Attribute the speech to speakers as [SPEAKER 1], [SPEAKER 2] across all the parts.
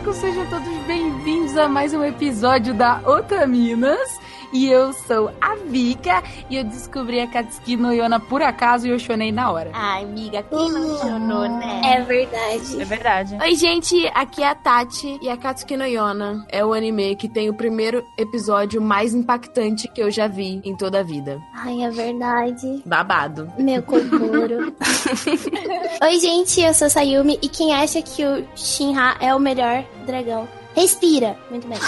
[SPEAKER 1] 5, sejam todos bem-vindos a mais um episódio da Otaminas. E eu sou a Vika e eu descobri a Katsuki no Yona por acaso e eu chorei na hora.
[SPEAKER 2] Ai, amiga, quem não chorou, né?
[SPEAKER 3] É verdade.
[SPEAKER 4] É verdade.
[SPEAKER 2] Oi, gente, aqui é a Tati e a Katsuki no Yona é o anime que tem o primeiro episódio mais impactante que eu já vi em toda a vida.
[SPEAKER 3] Ai, é verdade.
[SPEAKER 2] Babado.
[SPEAKER 3] Meu Kokoro. Oi, gente, eu sou a Sayumi e quem acha que o Shinra é o melhor dragão? Respira. Muito bem.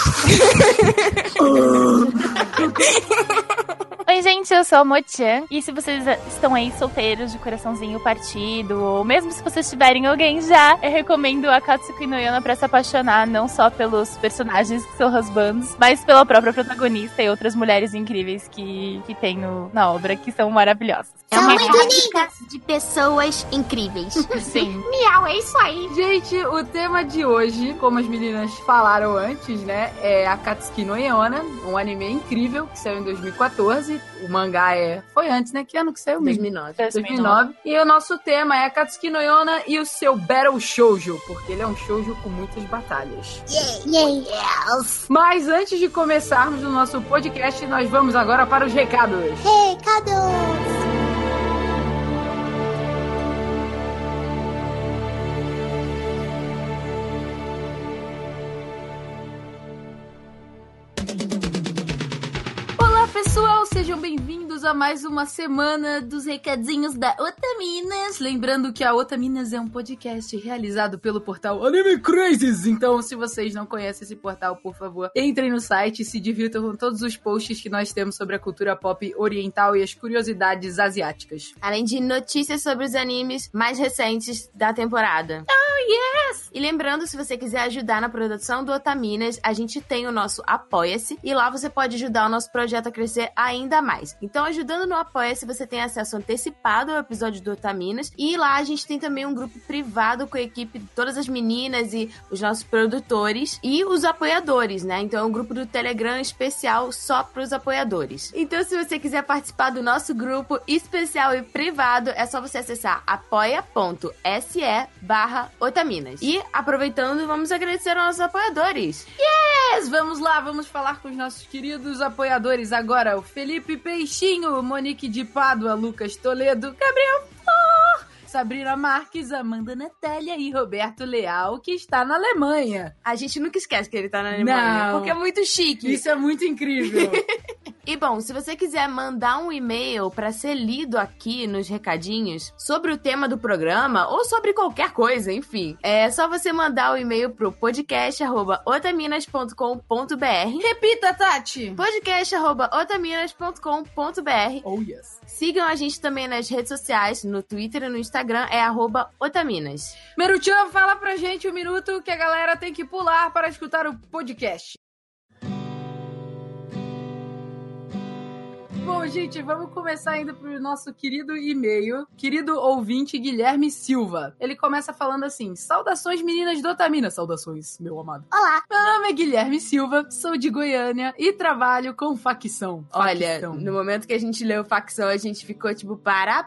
[SPEAKER 4] Oi, gente, eu sou a Mo-chan. E se vocês estão aí solteiros, de coraçãozinho partido, ou mesmo se vocês tiverem alguém já, eu recomendo a Katsuki no Yona pra se apaixonar, não só pelos personagens que são rasbandos, mas pela própria protagonista e outras mulheres incríveis que tem na obra, que são maravilhosas.
[SPEAKER 3] É uma
[SPEAKER 2] fábrica de pessoas incríveis.
[SPEAKER 4] Sim.
[SPEAKER 2] Miau, é isso aí.
[SPEAKER 1] Gente, o tema de hoje, como as meninas falaram antes, né, é a Katsuki no Yona, um anime incrível que saiu em 2014. O mangá foi antes, né? Que ano que saiu mesmo?
[SPEAKER 2] 2009.
[SPEAKER 1] E o nosso tema é a Katsuki no Yona e o seu Battle Shoujo, porque ele é um shoujo com muitas batalhas.
[SPEAKER 3] Yay.
[SPEAKER 1] Mas antes de começarmos o nosso podcast, nós vamos agora para os recados.
[SPEAKER 3] Recados.
[SPEAKER 1] Pessoal, sejam bem-vindos a mais uma semana dos recadinhos da Otaminas. Lembrando que a Otaminas é um podcast realizado pelo portal Anime Crazes. Então, se vocês não conhecem esse portal, por favor, entrem no site e se divirtam com todos os posts que nós temos sobre a cultura pop oriental e as curiosidades asiáticas.
[SPEAKER 2] Além de notícias sobre os animes mais recentes da temporada.
[SPEAKER 1] Oh, yes!
[SPEAKER 2] E lembrando, se você quiser ajudar na produção do Otaminas, a gente tem o nosso Apoia-se e lá você pode ajudar o nosso projeto a crescer ainda mais. Então, ajudando no Apoia-se, você tem acesso antecipado ao episódio do Otaminas e lá a gente tem também um grupo privado com a equipe de todas as meninas e os nossos produtores e os apoiadores, né? Então, é um grupo do Telegram especial só para os apoiadores. Então, se você quiser participar do nosso grupo especial e privado, é só você acessar apoia.se/Otaminas. E, aproveitando, vamos agradecer aos nossos apoiadores.
[SPEAKER 1] Yes! Vamos lá, vamos falar com os nossos queridos apoiadores agora. O Felipe Peixinho, Monique de Pádua, Lucas Toledo, Gabriel Flor, Sabrina Marques, Amanda Natália e Roberto Leal, que está na Alemanha.
[SPEAKER 2] A gente nunca esquece que ele tá na Alemanha,
[SPEAKER 1] Não.
[SPEAKER 2] porque é muito chique.
[SPEAKER 1] Isso é muito incrível.
[SPEAKER 2] E bom, se você quiser mandar um e-mail para ser lido aqui nos recadinhos sobre o tema do programa ou sobre qualquer coisa, enfim, é só você mandar o e-mail pro podcast@otaminas.com.br.
[SPEAKER 1] Repita, Tati!
[SPEAKER 2] podcast@otaminas.com.br.
[SPEAKER 1] Oh, yes.
[SPEAKER 2] Sigam a gente também nas redes sociais, no Twitter e no Instagram, é @otaminas.
[SPEAKER 1] Meruchan, fala pra gente um minuto que a galera tem que pular para escutar o podcast. Bom, gente, vamos começar indo pro nosso querido e-mail, querido ouvinte Guilherme Silva. Ele começa falando assim: saudações meninas do Otamina. Saudações, meu amado.
[SPEAKER 3] Olá.
[SPEAKER 1] Meu nome é Guilherme Silva, sou de Goiânia e trabalho com facção.
[SPEAKER 2] Olha, no momento que a gente leu facção, a gente ficou tipo,
[SPEAKER 1] Cara,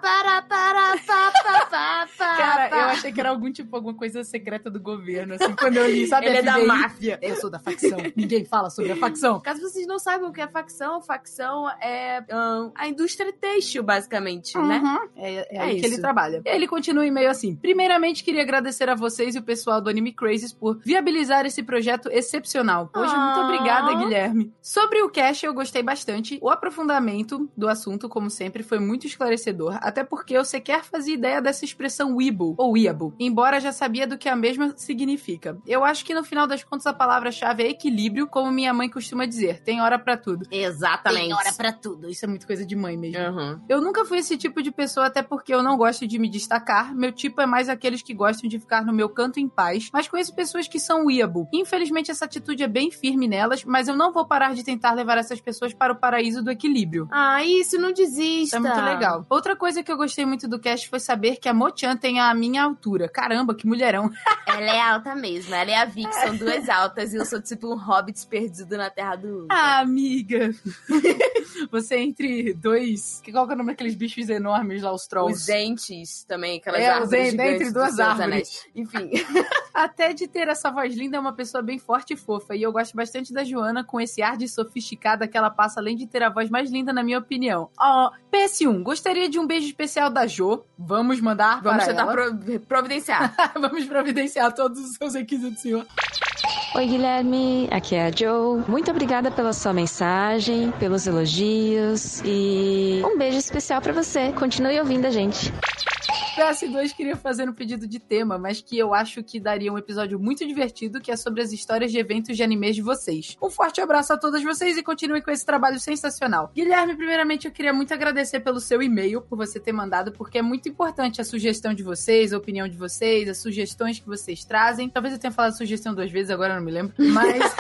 [SPEAKER 1] eu achei que era alguma coisa secreta do governo, assim, quando eu li, sabe?
[SPEAKER 2] Ele é da
[SPEAKER 1] FBI.
[SPEAKER 2] máfia.
[SPEAKER 1] Eu sou da facção. Ninguém fala sobre a facção.
[SPEAKER 2] Caso vocês não saibam o que é facção é a indústria têxtil, basicamente, né?
[SPEAKER 1] É aí que
[SPEAKER 2] isso.
[SPEAKER 1] ele trabalha. Ele continua em e-mail assim: primeiramente, queria agradecer a vocês e o pessoal do Anime Crazes por viabilizar esse projeto excepcional. Poxa, muito obrigada, Guilherme. Sobre o cast, eu gostei bastante. O aprofundamento do assunto, como sempre, foi muito esclarecedor, até porque eu sequer fazia ideia dessa expressão weeaboo, ou weeaboo, embora já sabia do que a mesma significa. Eu acho que no final das contas a palavra-chave é equilíbrio, como minha mãe costuma dizer. Tem hora pra tudo.
[SPEAKER 2] Exatamente.
[SPEAKER 1] Tem hora pra tudo. Isso é muito coisa de mãe mesmo.
[SPEAKER 2] Uhum.
[SPEAKER 1] Eu nunca fui esse tipo de pessoa, até porque eu não gosto de me destacar. Meu tipo é mais aqueles que gostam de ficar no meu canto em paz, mas conheço pessoas que são weeaboo. Infelizmente, essa atitude é bem firme nelas, mas eu não vou parar de tentar levar essas pessoas para o paraíso do equilíbrio.
[SPEAKER 2] Ah, isso, não desista.
[SPEAKER 1] Isso é muito legal. Outra coisa que eu gostei muito do cast foi saber que a Mo-chan tem a minha altura. Caramba, que mulherão.
[SPEAKER 2] Ela é alta mesmo, ela é a Vic, são duas altas e eu sou tipo um hobbit perdido na terra do...
[SPEAKER 1] Ah, amiga. Você entre dois... Qual que é o nome daqueles bichos enormes lá, os trolls?
[SPEAKER 2] Os entes também, aquelas árvores gigantes.
[SPEAKER 1] Entre duas árvores.
[SPEAKER 2] Enfim.
[SPEAKER 1] Até de ter essa voz linda, é uma pessoa bem forte e fofa. E eu gosto bastante da Joana com esse ar de sofisticada que ela passa, além de ter a voz mais linda, na minha opinião. PS1, gostaria de um beijo especial da Jo. Vamos mandar
[SPEAKER 2] Vamos
[SPEAKER 1] para
[SPEAKER 2] tentar
[SPEAKER 1] ela.
[SPEAKER 2] Providenciar.
[SPEAKER 1] Vamos providenciar todos os seus requisitos, senhor.
[SPEAKER 5] Oi, Guilherme, aqui é a Jo. Muito obrigada pela sua mensagem, pelos elogios e um beijo especial pra você. Continue ouvindo a gente.
[SPEAKER 1] PS2 queria fazer um pedido de tema, mas que eu acho que daria um episódio muito divertido, que é sobre as histórias de eventos de animes de vocês. Um forte abraço a todas vocês e continuem com esse trabalho sensacional. Guilherme, primeiramente eu queria muito agradecer pelo seu e-mail, por você ter mandado, porque é muito importante a sugestão de vocês, a opinião de vocês, as sugestões que vocês trazem. Talvez eu tenha falado sugestão 2 vezes, agora eu não me lembro, mas...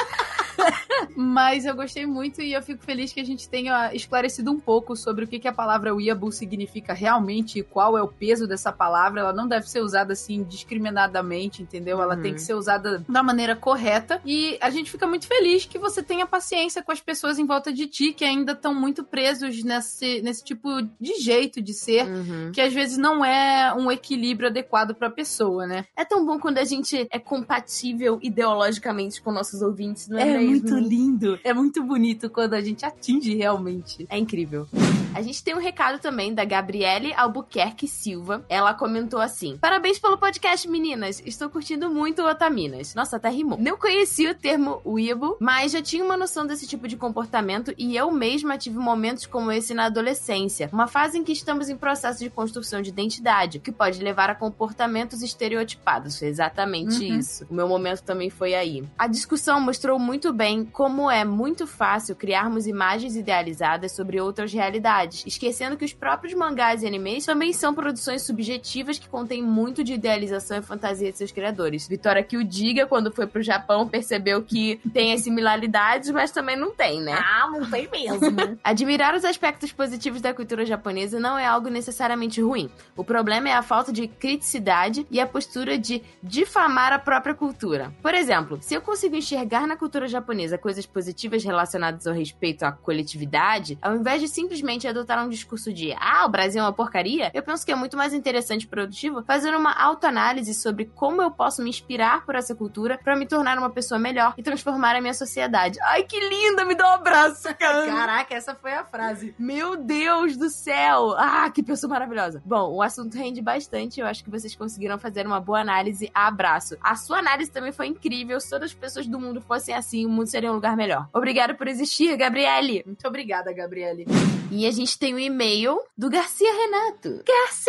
[SPEAKER 1] Mas eu gostei muito e eu fico feliz que a gente tenha esclarecido um pouco sobre o que a palavra weeaboo significa realmente e qual é o peso dessa palavra. Ela não deve ser usada assim discriminadamente, entendeu? Ela tem que ser usada da maneira correta e a gente fica muito feliz que você tenha paciência com as pessoas em volta de ti que ainda estão muito presos nesse tipo de jeito de ser, que às vezes não é um equilíbrio adequado pra pessoa, né?
[SPEAKER 2] É tão bom quando a gente é compatível ideologicamente com nossos ouvintes, não é mesmo?
[SPEAKER 1] É muito lindo. É muito bonito quando a gente atinge realmente.
[SPEAKER 2] É incrível. A gente tem um recado também da Gabriele Albuquerque Silva. Ela comentou assim: parabéns pelo podcast, meninas. Estou curtindo muito o Otaminas. Nossa, até rimou. Não conhecia o termo weeaboo, mas já tinha uma noção desse tipo de comportamento e eu mesma tive momentos como esse na adolescência. Uma fase em que estamos em processo de construção de identidade, que pode levar a comportamentos estereotipados. Foi exatamente isso. O meu momento também foi aí. A discussão mostrou muito bem como é muito fácil criarmos imagens idealizadas sobre outras realidades, esquecendo que os próprios mangás e animes também são produções subjetivas que contêm muito de idealização e fantasia de seus criadores. Vitória que o diga, quando foi pro Japão, percebeu que tem as similaridades, mas também não tem, né?
[SPEAKER 1] Ah, não tem mesmo.
[SPEAKER 2] Admirar os aspectos positivos da cultura japonesa não é algo necessariamente ruim. O problema é a falta de criticidade e a postura de difamar a própria cultura. Por exemplo, se eu consigo enxergar na cultura japonesa coisas positivas relacionadas ao respeito à coletividade, ao invés de simplesmente adotar um discurso de o Brasil é uma porcaria, eu penso que é muito mais interessante e produtivo fazer uma autoanálise sobre como eu posso me inspirar por essa cultura pra me tornar uma pessoa melhor e transformar a minha sociedade. Ai, que linda! Me dá um abraço, cara!
[SPEAKER 1] Caraca, essa foi a frase.
[SPEAKER 2] Meu Deus do céu! Que pessoa maravilhosa! Bom, o assunto rende bastante, eu acho que vocês conseguiram fazer uma boa análise. Abraço! A sua análise também foi incrível. Se todas as pessoas do mundo fossem assim, o mundo seria um lugar melhor. Obrigada por existir, Gabriele!
[SPEAKER 1] Muito obrigada, Gabriele.
[SPEAKER 2] E a gente tem um e-mail do Garcia Renato.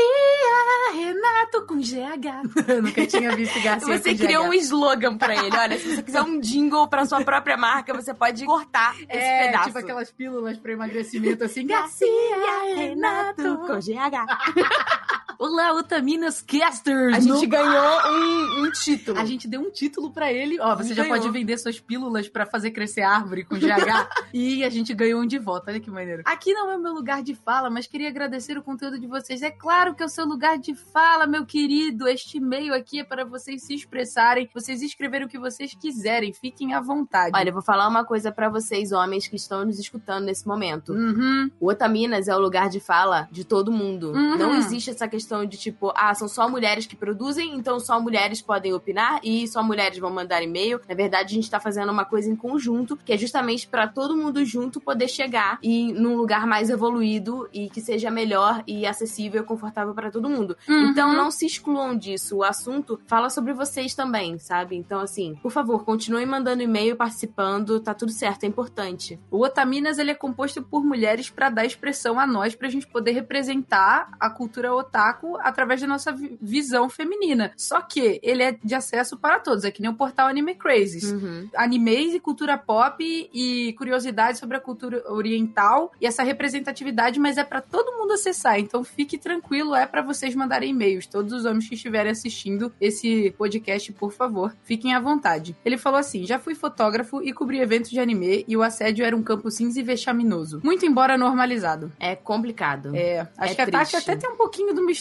[SPEAKER 1] Garcia Renato com GH. Eu nunca tinha visto Garcia
[SPEAKER 2] Você
[SPEAKER 1] com
[SPEAKER 2] criou
[SPEAKER 1] GH.
[SPEAKER 2] um slogan pra ele. Olha, se você quiser um jingle pra sua própria marca, você pode cortar esse pedaço.
[SPEAKER 1] Tipo aquelas pílulas pra emagrecimento assim.
[SPEAKER 2] Garcia Renato com GH.
[SPEAKER 1] Olá, Otaminas Casters!
[SPEAKER 2] A gente ganhou um título.
[SPEAKER 1] A gente deu um título pra ele. Ó, você já
[SPEAKER 2] ganhou.
[SPEAKER 1] pode vender suas pílulas pra fazer crescer árvore com GH. E a gente ganhou um de volta. Olha que maneiro. Aqui não é o meu lugar de fala, mas queria agradecer o conteúdo de vocês. É claro que é o seu lugar de fala, meu querido. Este e-mail aqui é para vocês se expressarem, vocês escreverem o que vocês quiserem. Fiquem à vontade.
[SPEAKER 2] Olha, eu vou falar uma coisa pra vocês, homens, que estão nos escutando nesse momento. O Otaminas é o lugar de fala de todo mundo. Não existe essa questão de tipo, são só mulheres que produzem, então só mulheres podem opinar e só mulheres vão mandar e-mail. Na verdade, a gente tá fazendo uma coisa em conjunto, que é justamente pra todo mundo junto poder chegar e num lugar mais evoluído e que seja melhor e acessível e confortável pra todo mundo. Então não se excluam disso. O assunto fala sobre vocês também, sabe? Então, assim, por favor, continuem mandando e-mail, participando, tá tudo certo, é importante.
[SPEAKER 1] O Otaminas, ele é composto por mulheres pra dar expressão a nós, pra gente poder representar a cultura otaku através da nossa visão feminina. Só que ele é de acesso para todos, é que nem o portal Anime Crazes. Animes e cultura pop e curiosidades sobre a cultura oriental e essa representatividade, mas é pra todo mundo acessar, então fique tranquilo, é pra vocês mandarem e-mails. Todos os homens que estiverem assistindo esse podcast, por favor, fiquem à vontade. Ele falou assim: já fui fotógrafo e cobri eventos de anime e o assédio era um campo cinza e vexaminoso. Muito embora normalizado.
[SPEAKER 2] É complicado.
[SPEAKER 1] Acho que a Tati até tem um pouquinho de uma história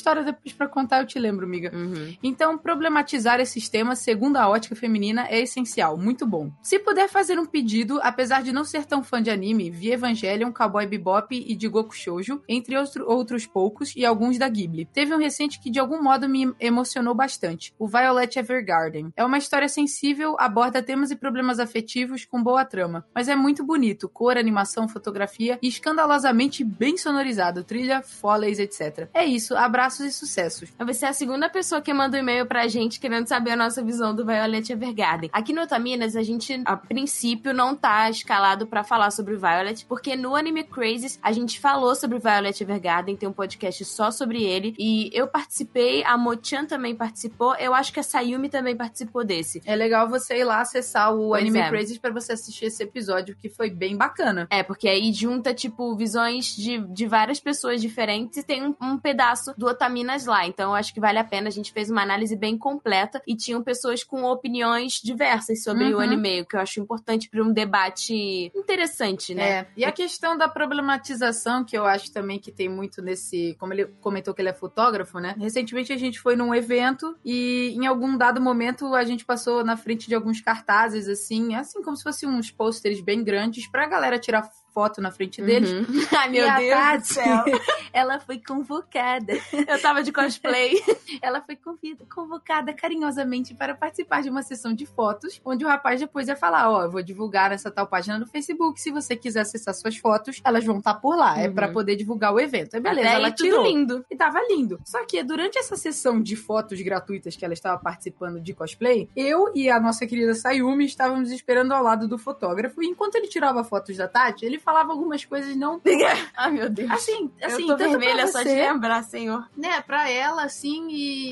[SPEAKER 1] história depois pra contar, eu te lembro, amiga. Então, problematizar esses temas, segundo a ótica feminina, é essencial. Muito bom. Se puder fazer um pedido, apesar de não ser tão fã de anime, vi Evangelion, Cowboy Bebop e Jigoku Shoujo, entre outros poucos, e alguns da Ghibli. Teve um recente que de algum modo me emocionou bastante, o Violet Evergarden. É uma história sensível, aborda temas e problemas afetivos com boa trama, mas é muito bonito, cor, animação, fotografia e escandalosamente bem sonorizado, trilha, foleys, etc. É isso, abraços e sucessos.
[SPEAKER 2] Você é a segunda pessoa que manda um e-mail pra gente querendo saber a nossa visão do Violet Evergarden. Aqui no Otaminas, a gente, a princípio, não tá escalado pra falar sobre o Violet, porque no Anime Crazes a gente falou sobre o Violet Evergarden, tem um podcast só sobre ele, e eu participei, a Mo-chan também participou, eu acho que a Sayumi também participou desse.
[SPEAKER 1] É legal você ir lá acessar o Anime Crazes pra você assistir esse episódio, que foi bem bacana.
[SPEAKER 2] É, porque aí junta, tipo, visões de várias pessoas diferentes e tem um pedaço do Otaminas lá, então eu acho que vale a pena, a gente fez uma análise bem completa e tinham pessoas com opiniões diversas sobre o anime, o que eu acho importante para um debate interessante, né?
[SPEAKER 1] É, e a questão da problematização, que eu acho também que tem muito nesse... Como ele comentou que ele é fotógrafo, né? Recentemente a gente foi num evento e em algum dado momento a gente passou na frente de alguns cartazes, assim como se fossem uns pôsteres bem grandes pra galera tirar foto na frente deles.
[SPEAKER 2] Ai, meu Deus do céu.
[SPEAKER 1] Ela foi convocada.
[SPEAKER 2] Eu tava de cosplay.
[SPEAKER 1] Ela foi convocada carinhosamente para participar de uma sessão de fotos, onde o rapaz depois ia falar, eu vou divulgar essa tal página no Facebook, se você quiser acessar suas fotos, elas vão estar por lá, é pra poder divulgar o evento. Aí beleza,
[SPEAKER 2] até
[SPEAKER 1] ela
[SPEAKER 2] aí,
[SPEAKER 1] tirou.
[SPEAKER 2] tudo lindo.
[SPEAKER 1] E tava lindo. Só que durante essa sessão de fotos gratuitas que ela estava participando de cosplay, eu e a nossa querida Sayumi estávamos esperando ao lado do fotógrafo, e enquanto ele tirava fotos da Tati, ele falava algumas coisas não...
[SPEAKER 2] Ai, meu Deus.
[SPEAKER 1] Assim,
[SPEAKER 2] eu tô vermelha só de lembrar, senhor.
[SPEAKER 1] Né, pra ela, assim,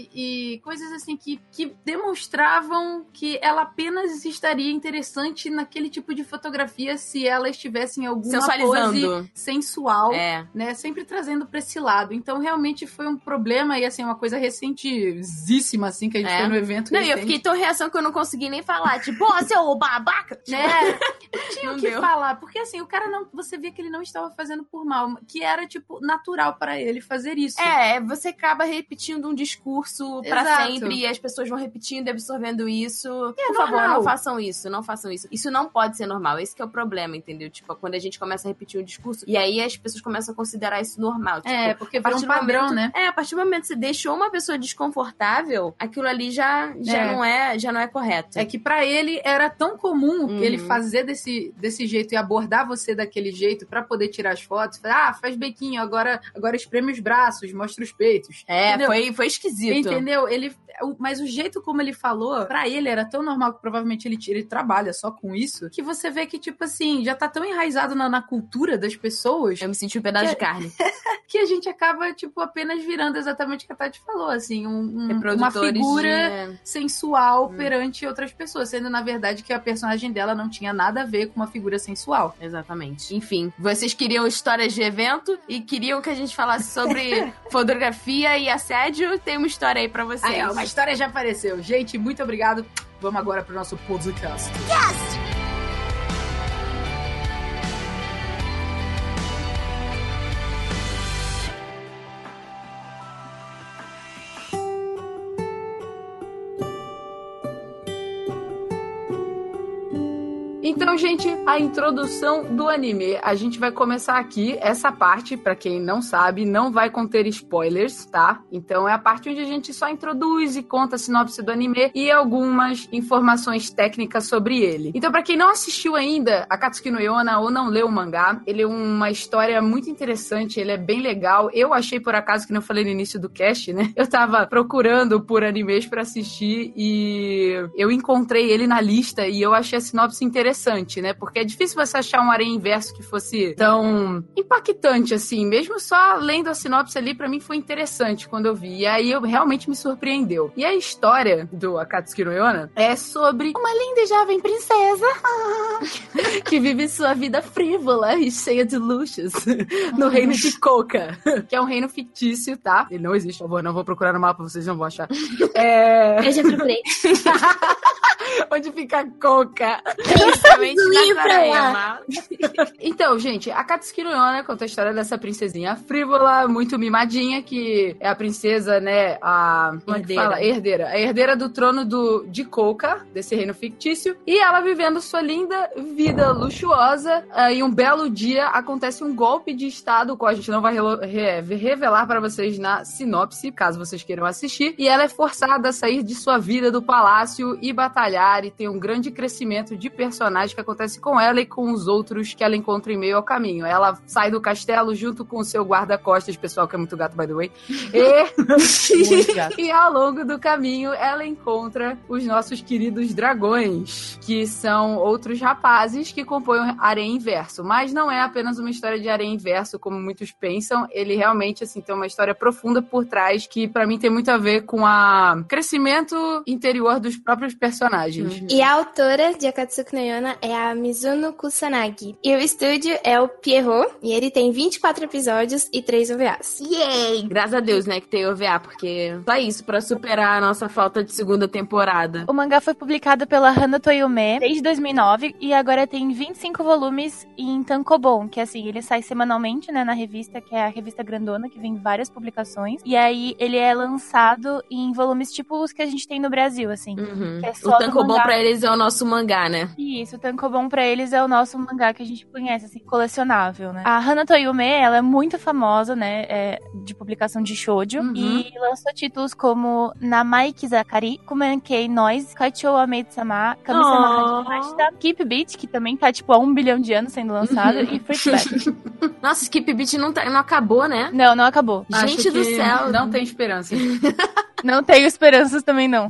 [SPEAKER 1] e coisas assim que demonstravam que ela apenas estaria interessante naquele tipo de fotografia se ela estivesse em alguma pose sensual, né, sempre trazendo pra esse lado. Então, realmente foi um problema e, assim, uma coisa recentíssima, assim, que a gente foi no evento.
[SPEAKER 2] Não, e eu fiquei tão reação que eu não consegui nem falar, tipo, seu babaca!
[SPEAKER 1] Né? Tinha o que falar, porque, assim, o cara não... Você via que ele não estava fazendo por mal, que era, tipo, natural pra ele fazer isso.
[SPEAKER 2] Você acaba repetindo um discurso pra sempre e as pessoas vão repetindo e absorvendo isso. Por favor, não façam isso, não façam isso. Isso não pode ser normal, esse que é o problema, entendeu? Tipo, quando a gente começa a repetir um discurso e aí as pessoas começam a considerar isso normal. Tipo,
[SPEAKER 1] porque vira um padrão, né?
[SPEAKER 2] A partir do momento que você deixou uma pessoa desconfortável, aquilo ali já não é correto.
[SPEAKER 1] É que pra ele era tão comum ele fazer desse jeito e abordar você daquele jeito pra poder tirar as fotos. Faz bequinho, agora espreme os braços, mostra os peitos.
[SPEAKER 2] Foi esquisito.
[SPEAKER 1] Entendeu? Mas o jeito como ele falou, pra ele era tão normal que provavelmente ele trabalha só com isso, que você vê que, tipo assim, já tá tão enraizado na cultura das pessoas.
[SPEAKER 2] Eu me senti um pedaço de carne.
[SPEAKER 1] Que a gente acaba, tipo, apenas virando exatamente o que a Tati falou, assim, uma figura sensual perante outras pessoas, sendo, na verdade, que a personagem dela não tinha nada a ver com uma figura sensual.
[SPEAKER 2] Exatamente. Enfim, vocês queriam histórias de evento e queriam que a gente falasse sobre fotografia e assédio, tem uma história aí pra vocês.
[SPEAKER 1] Uma história já apareceu. Gente, muito obrigado. Vamos agora pro nosso podcast.
[SPEAKER 3] Yes!
[SPEAKER 1] Então, gente, a introdução do anime. A gente vai começar aqui. Essa parte, pra quem não sabe, não vai conter spoilers, tá? Então, é a parte onde a gente só introduz e conta a sinopse do anime e algumas informações técnicas sobre ele. Então, pra quem não assistiu ainda Akatsuki no Yona ou não leu o mangá, ele é uma história muito interessante, ele é bem legal. Eu achei, por acaso, que não falei no início do cast, né? Eu tava procurando por animes pra assistir e eu encontrei ele na lista e eu achei a sinopse interessante, né? Porque é difícil você achar um Harém Inverso que fosse tão impactante, assim. Mesmo só lendo a sinopse ali, pra mim foi interessante quando eu vi. E aí realmente me surpreendeu. E a história do Akatsuki no Yona é sobre uma linda e jovem princesa que vive sua vida frívola e cheia de luxos no reino de Koka, que é um reino fictício, tá? Ele não existe, não vou procurar no mapa, vocês não vão achar.
[SPEAKER 3] Eu já procurei.
[SPEAKER 1] Onde fica
[SPEAKER 2] fica Coca. Principalmente na Coreia, mas...
[SPEAKER 1] Então, gente, a Akatsuki no Yona conta a história dessa princesinha frívola, muito mimadinha, que é a princesa, né, como é que fala? Herdeira. A herdeira do trono de Coca, desse reino fictício, e ela vivendo sua linda vida luxuosa, e um belo dia acontece um golpe de estado, o qual a gente não vai revelar para vocês na sinopse, caso vocês queiram assistir, e ela é forçada a sair de sua vida do palácio e batalhar, e tem um grande crescimento de personagem que acontece com ela e com os outros que ela encontra em meio ao caminho. Ela sai do castelo junto com o seu guarda-costas, pessoal, que é muito gato, by the way, e ao longo do caminho ela encontra os nossos queridos dragões, que são outros rapazes que compõem o Harém Inverso, mas não é apenas uma história de Harém Inverso, como muitos pensam, ele realmente, assim, tem uma história profunda por trás, que pra mim tem muito a ver com o crescimento interior dos próprios personagens.
[SPEAKER 3] E a autora de Akatsuki no Yona é a Mizuno Kusanagi. E o estúdio é o Pierrot, e ele tem 24 episódios e 3 OVAs.
[SPEAKER 2] Yay! Graças a Deus, né, que tem OVA, porque só isso, pra superar a nossa falta de segunda temporada.
[SPEAKER 4] O mangá foi publicado pela Hana Toyume desde 2009 e agora tem 25 volumes em tankobon, que assim, ele sai semanalmente, né, na revista, que é a revista grandona, que vem várias publicações. E aí ele é lançado em volumes tipo os que a gente tem no Brasil, assim. Que é só
[SPEAKER 2] o tankobon pra eles é o nosso mangá, né?
[SPEAKER 4] Isso, o tankobon pra eles é o nosso mangá que a gente conhece, assim, colecionável, né? A Hana Toyume, ela é muito famosa, né, de publicação de shoujo, e lançou títulos como Namai Kizakari, Kumenkei Noise, Kaichou Amei-sama, Kami-sama Hajimashita, Keep Beat, que também tá, tipo, há 1 bilhão de anos sendo lançado, e Freak Back.
[SPEAKER 2] Nossa, Keep Beat não acabou, né?
[SPEAKER 4] Não acabou.
[SPEAKER 2] Gente do céu.
[SPEAKER 1] Não tem esperança.
[SPEAKER 4] Não tenho esperanças também, não.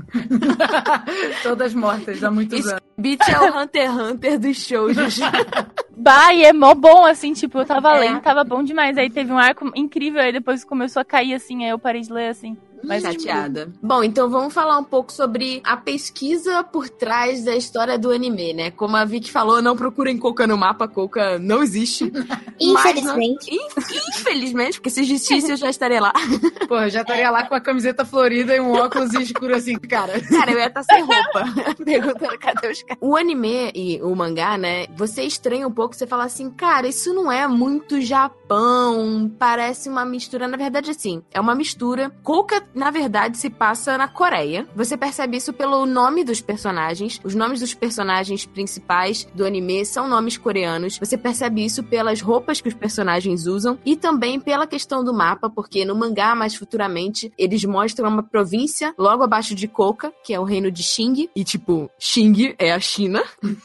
[SPEAKER 1] Todas mortas há muitos anos.
[SPEAKER 2] Beat é o Hunter x Hunter dos shoujos.
[SPEAKER 4] Bah, e é mó bom, assim, tipo, eu tava lendo, tava bom demais. Aí teve um arco incrível, aí depois começou a cair, assim, aí eu parei de ler, assim.
[SPEAKER 2] Mas chateada. Bom, então vamos falar um pouco sobre a pesquisa por trás da história do anime, né? Como a Vicky falou, não procurem Coca no mapa, Coca não existe.
[SPEAKER 3] Infelizmente.
[SPEAKER 2] Infelizmente, porque se existisse eu já estaria lá.
[SPEAKER 1] Pô, eu já estaria lá com a camiseta florida e um óculos escuro assim, cara.
[SPEAKER 2] Cara, eu ia estar sem roupa. Perguntando cadê os caras. O anime e o mangá, né? Você estranha um pouco, você fala assim, cara, isso não é muito Japão, parece uma mistura. Na verdade, assim, é uma mistura. Coca, na verdade, se passa na Coreia. Você percebe isso pelo nome dos personagens. Os nomes dos personagens principais do anime são nomes coreanos. Você percebe isso pelas roupas que os personagens usam e também pela questão do mapa, porque no mangá, mais futuramente, eles mostram uma província logo abaixo de Coca, que é o reino de Xing. E, tipo, Xing é a China,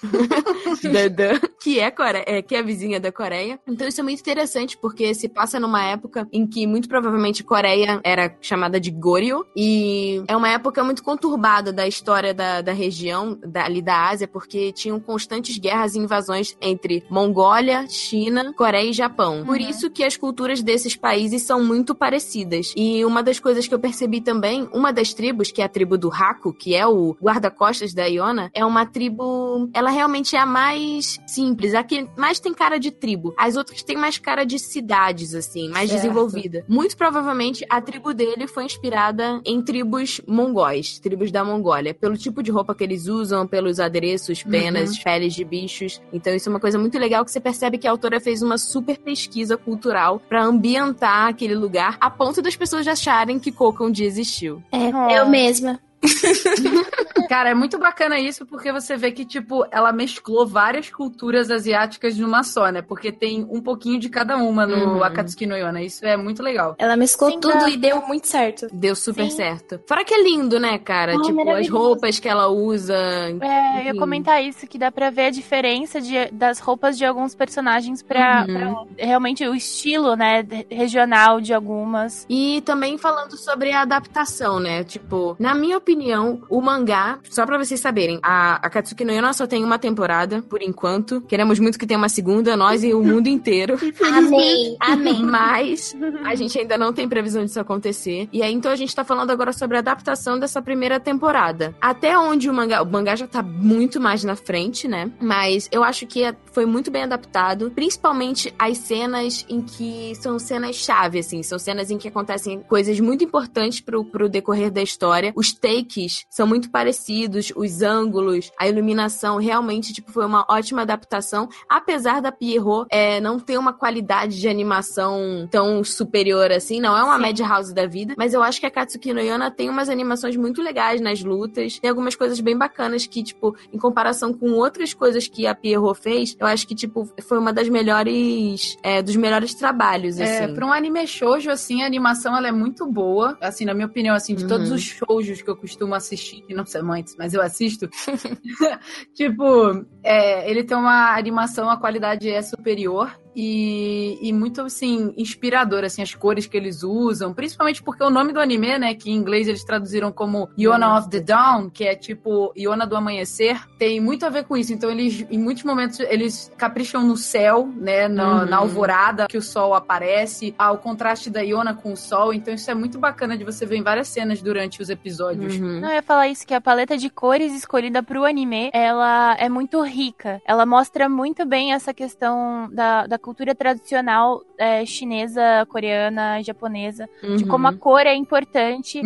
[SPEAKER 2] que é a vizinha da Coreia. Então isso é muito interessante, porque se passa numa época em que, muito provavelmente, Coreia era chamada de Goryeo, e é uma época muito conturbada da história da região, ali da Ásia, porque tinham constantes guerras e invasões entre Mongólia, China, Coreia e Japão. Por isso que as culturas desses países são muito parecidas. E uma das coisas que eu percebi também, uma das tribos, que é a tribo do Haku, que é o guarda-costas da Yona, é uma tribo, ela realmente é a mais simples, a que mais tem cara de tribo. As outras têm mais cara de cidades, assim, mais desenvolvida. Muito provavelmente a tribo dele foi inspirada em tribos mongóis, tribos da Mongólia, pelo tipo de roupa que eles usam, pelos adereços, penas, peles de bichos. Então isso é uma coisa muito legal, que você percebe que a autora fez uma super pesquisa cultural pra ambientar aquele lugar, a ponto das pessoas acharem que Coca um dia existiu.
[SPEAKER 3] Eu mesma.
[SPEAKER 1] Cara, é muito bacana isso, porque você vê que, tipo, ela mesclou várias culturas asiáticas numa só, né? Porque tem um pouquinho de cada uma no Akatsuki no Yona. Isso é muito legal.
[SPEAKER 3] Ela mesclou tudo e deu muito certo.
[SPEAKER 2] Deu super certo. Fora que é lindo, né, cara? Tipo, as roupas que ela usa.
[SPEAKER 4] Eu ia comentar isso, que dá pra ver a diferença das roupas de alguns personagens pra realmente o estilo, né, regional de algumas.
[SPEAKER 2] E também falando sobre a adaptação, né? Tipo, na minha opinião, o mangá, só pra vocês saberem, a Akatsuki no Yona só tem uma temporada, por enquanto. Queremos muito que tenha uma segunda, nós e o mundo inteiro.
[SPEAKER 3] Amém.
[SPEAKER 2] Mas a gente ainda não tem previsão disso acontecer. E aí, então, a gente tá falando agora sobre a adaptação dessa primeira temporada. Até onde o mangá já tá muito mais na frente, né? Mas eu acho que foi muito bem adaptado, principalmente as cenas em que são cenas-chave, assim. São cenas em que acontecem coisas muito importantes pro decorrer da história. Os takes takes são muito parecidos, os ângulos, a iluminação, realmente, tipo, foi uma ótima adaptação, apesar da Pierrot não ter uma qualidade de animação tão superior assim, não é uma Madhouse da vida, mas eu acho que a Katsuki no Yona tem umas animações muito legais nas lutas, tem algumas coisas bem bacanas que, tipo, em comparação com outras coisas que a Pierrot fez, eu acho que, tipo, foi uma das melhores, dos melhores trabalhos, assim.
[SPEAKER 1] Pra um anime shoujo, assim, a animação, ela é muito boa, assim, na minha opinião, assim, de todos os shoujos que eu costumo assistir, que não são muitos, mas eu assisto, tipo, ele tem uma animação, a qualidade é superior, e muito, assim, inspirador, assim, as cores que eles usam, principalmente porque o nome do anime, né, que em inglês eles traduziram como Yona of the Dawn, que é tipo Yona do Amanhecer, tem muito a ver com isso. Então eles, em muitos momentos, eles capricham no céu, né, na alvorada, que o sol aparece, o contraste da Yona com o sol, então isso é muito bacana de você ver em várias cenas durante os episódios.
[SPEAKER 4] Não, eu ia falar isso, que a paleta de cores escolhida pro anime, ela é muito rica, ela mostra muito bem essa questão da cultura tradicional chinesa, coreana, japonesa, de como a cor é importante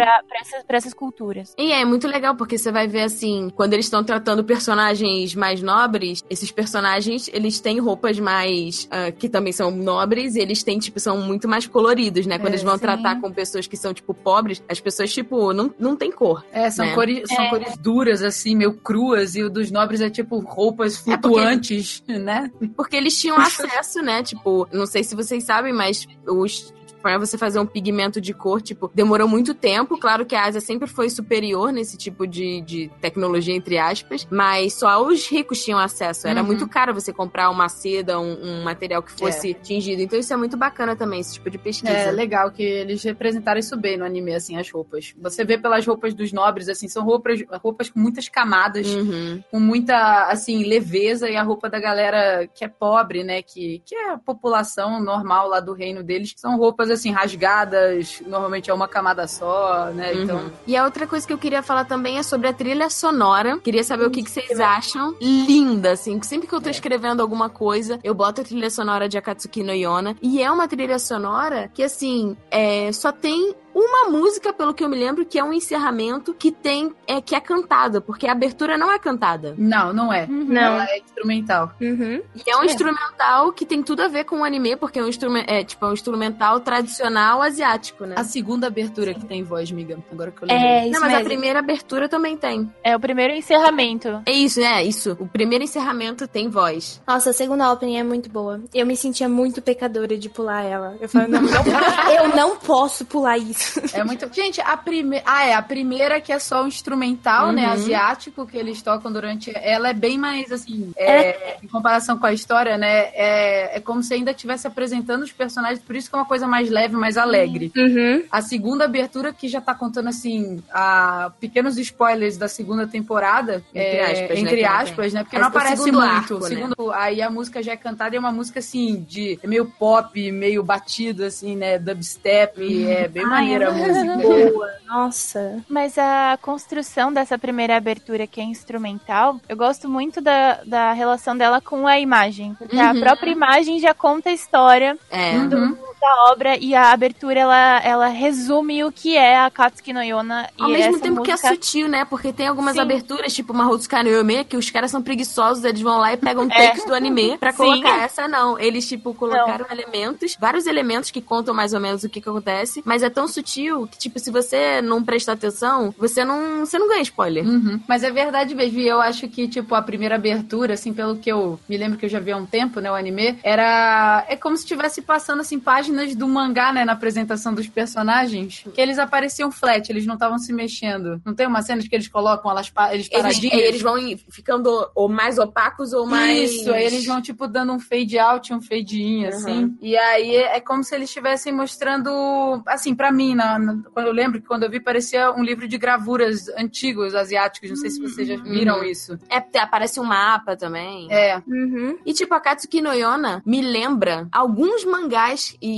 [SPEAKER 4] pra essas culturas.
[SPEAKER 2] E é muito legal, porque você vai ver, assim, quando eles estão tratando personagens mais nobres, esses personagens, eles têm roupas mais, que também são nobres, e eles têm, tipo, são muito mais coloridos, né? Quando eles vão tratar com pessoas que são, tipo, pobres, as pessoas, tipo, não tem cor.
[SPEAKER 1] São cores duras, assim, meio cruas, e o dos nobres é, tipo, roupas flutuantes, né?
[SPEAKER 2] Porque eles tinham acesso, né? Tipo, não sei se vocês sabem, mas pra você fazer um pigmento de cor, tipo, demorou muito tempo. Claro que a Ásia sempre foi superior nesse tipo de tecnologia, entre aspas, mas só os ricos tinham acesso. Era muito caro você comprar uma seda, um material que fosse tingido. Então isso é muito bacana também, esse tipo de pesquisa.
[SPEAKER 1] É legal que eles representaram isso bem no anime, assim, as roupas. Você vê pelas roupas dos nobres, assim, são roupas com muitas camadas, com muita, assim, leveza, e a roupa da galera que é pobre, né, que é a população normal lá do reino deles, são roupas assim, rasgadas, normalmente é uma camada só, né, então...
[SPEAKER 2] E a outra coisa que eu queria falar também é sobre a trilha sonora. Queria saber o que vocês acham. Linda, assim, sempre que eu tô escrevendo alguma coisa, eu boto a trilha sonora de Akatsuki no Yona, e é uma trilha sonora que, assim, só tem uma música, pelo que eu me lembro, que é um encerramento que que é cantada, porque a abertura não é cantada.
[SPEAKER 1] Não é.
[SPEAKER 3] Não.
[SPEAKER 1] Ela é instrumental.
[SPEAKER 2] E é um instrumental que tem tudo a ver com o anime, porque é um instrumental tradicional asiático, né?
[SPEAKER 1] A segunda abertura que tem voz, miga. Agora que eu lembro.
[SPEAKER 2] Não, mas a primeira abertura também tem.
[SPEAKER 4] É o primeiro encerramento.
[SPEAKER 2] É isso. O primeiro encerramento tem voz.
[SPEAKER 3] Nossa, a segunda opening é muito boa. Eu me sentia muito pecadora de pular ela. Eu falei, eu não posso pular isso.
[SPEAKER 1] É muito... Gente, a primeira que é só um instrumental, né, asiático, que eles tocam durante... Ela é bem mais, assim, em comparação com a história, né, é como se ainda estivesse apresentando os personagens, por isso que é uma coisa mais leve, mais alegre. A segunda abertura, que já tá contando, assim, pequenos spoilers da segunda temporada, entre aspas, né, porque não aparece muito. Aí a música já é cantada, e é uma música, assim, meio pop, meio batido, assim, né, dubstep, é bem maneira a música.
[SPEAKER 3] Boa, nossa.
[SPEAKER 4] Mas a construção dessa primeira abertura, que é instrumental, eu gosto muito da relação dela com a imagem, porque a própria imagem já conta a história da obra, e a abertura, ela resume o que é a Akatsuki no Yona.
[SPEAKER 2] Ao mesmo tempo que é sutil, né? Porque tem algumas aberturas, tipo uma Mahotsukai no Yome, que os caras são preguiçosos, eles vão lá e pegam takes do anime pra colocar. Essa não. Eles, tipo, colocaram vários elementos que contam mais ou menos o que acontece, mas é tão sutil que, tipo, se você não prestar atenção, você não ganha spoiler.
[SPEAKER 1] Mas é verdade mesmo, e eu acho que, tipo, a primeira abertura, assim, pelo que eu me lembro que eu já vi há um tempo, né, o anime, é como se estivesse passando, assim, páginas do mangá, né, na apresentação dos personagens, que eles apareciam flat, eles não estavam se mexendo. Não tem uma cena que eles colocam eles paradinhos?
[SPEAKER 2] Eles vão ficando ou mais opacos ou mais...
[SPEAKER 1] Isso, aí eles vão, tipo, dando um fade out e um fade in, assim. E aí é como se eles estivessem mostrando, assim, pra mim, quando eu lembro que quando eu vi, parecia um livro de gravuras antigos, asiáticos, não sei se vocês já viram isso.
[SPEAKER 2] Aparece um mapa também.
[SPEAKER 1] É.
[SPEAKER 2] E, tipo, a Akatsuki no Yona me lembra alguns mangás e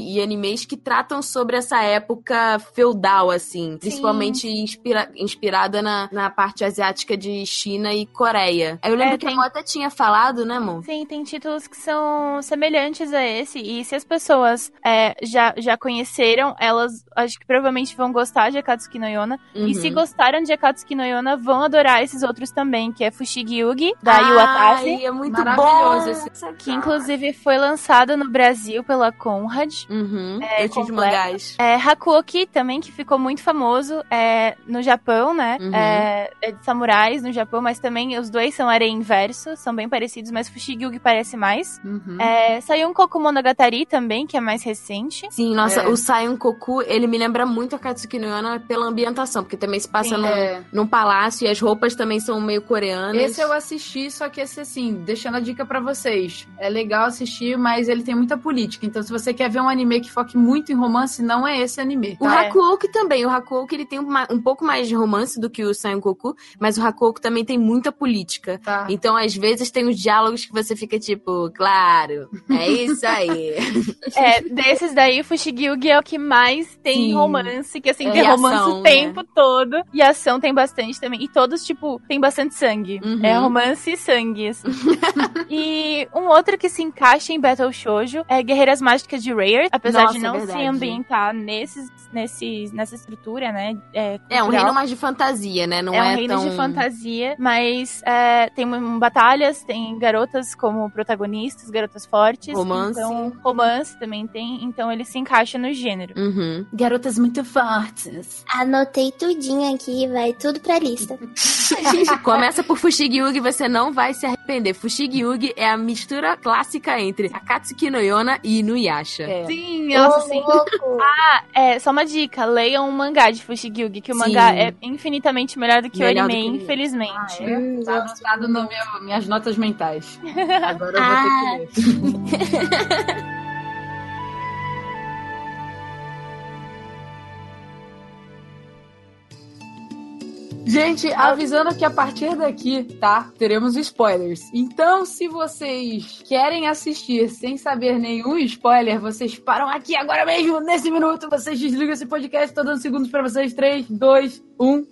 [SPEAKER 2] e animes que tratam sobre essa época feudal, assim. Principalmente inspirada na parte asiática de China e Coreia. Aí eu lembro que a Mo até tinha falado, né, Mo?
[SPEAKER 4] Sim, tem títulos que são semelhantes a esse. E se as pessoas já conheceram, elas acho que provavelmente vão gostar de Akatsuki no Yona. E se gostaram de Akatsuki no Yona, vão adorar esses outros também, que é Fushigi Yugi, da Iwatase.
[SPEAKER 2] É muito maravilhoso esse.
[SPEAKER 4] Que inclusive foi lançado no Brasil pela Conrad.
[SPEAKER 2] Eu tinha de mangás.
[SPEAKER 4] Hakuoki também, que ficou muito famoso no Japão, né? É de samurais no Japão, mas também os dois são harem inverso, são bem parecidos, mas Fushigi Yugi parece mais. Saiu um Koku Monogatari também, que é mais recente.
[SPEAKER 2] Sim, nossa, o Saiun Koku, ele me lembra muito a Akatsuki no Yona pela ambientação, porque também se passa num palácio e as roupas também são meio coreanas.
[SPEAKER 1] Esse eu assisti, só que esse, assim, deixando a dica pra vocês. É legal assistir, mas ele tem muita política. Então, se você quer ver um anime que foque muito em romance, não é esse anime.
[SPEAKER 2] O Hakuoki também. O Hakuoki, ele tem um pouco mais de romance do que o Saiun Koku, mas o Hakuoki também tem muita política. Então, às vezes, tem uns diálogos que você fica tipo, claro, é isso aí.
[SPEAKER 4] Desses daí, o Fushigi Yugi é o que mais tem romance, que assim, tem romance
[SPEAKER 2] ação,
[SPEAKER 4] o tempo todo. E ação tem bastante também. E todos, tipo, tem bastante sangue. É romance e sangue, assim. E um outro que se encaixa em Battle Shoujo é Guerreiras Mágicas de Rare, apesar de não se ambientar nessa estrutura, né?
[SPEAKER 2] É um reino mais de fantasia, né? Não
[SPEAKER 4] é um reino de fantasia, mas tem batalhas, tem garotas como protagonistas, garotas fortes.
[SPEAKER 2] Romance.
[SPEAKER 4] Então, romance também tem, então ele se encaixa no gênero.
[SPEAKER 1] Garotas muito fortes.
[SPEAKER 3] Anotei tudinho aqui, vai tudo pra lista.
[SPEAKER 2] Começa por Fushigi Yugi, você não vai se arrepender. Fushigi Yugi é a mistura clássica entre Akatsuki no Yona e Inuyasha.
[SPEAKER 4] Sim, nossa, sim. Só uma dica, leiam um mangá de Fushigi Yugi, que o mangá é infinitamente melhor do que o anime, infelizmente.
[SPEAKER 1] Tá anotado no minhas notas mentais. Agora eu vou ter que ler. Gente, avisando que a partir daqui, tá? Teremos spoilers. Então, se vocês querem assistir sem saber nenhum spoiler, vocês param aqui agora mesmo, nesse minuto. Vocês desligam esse podcast. Tô dando segundos pra vocês. 3, 2, 1.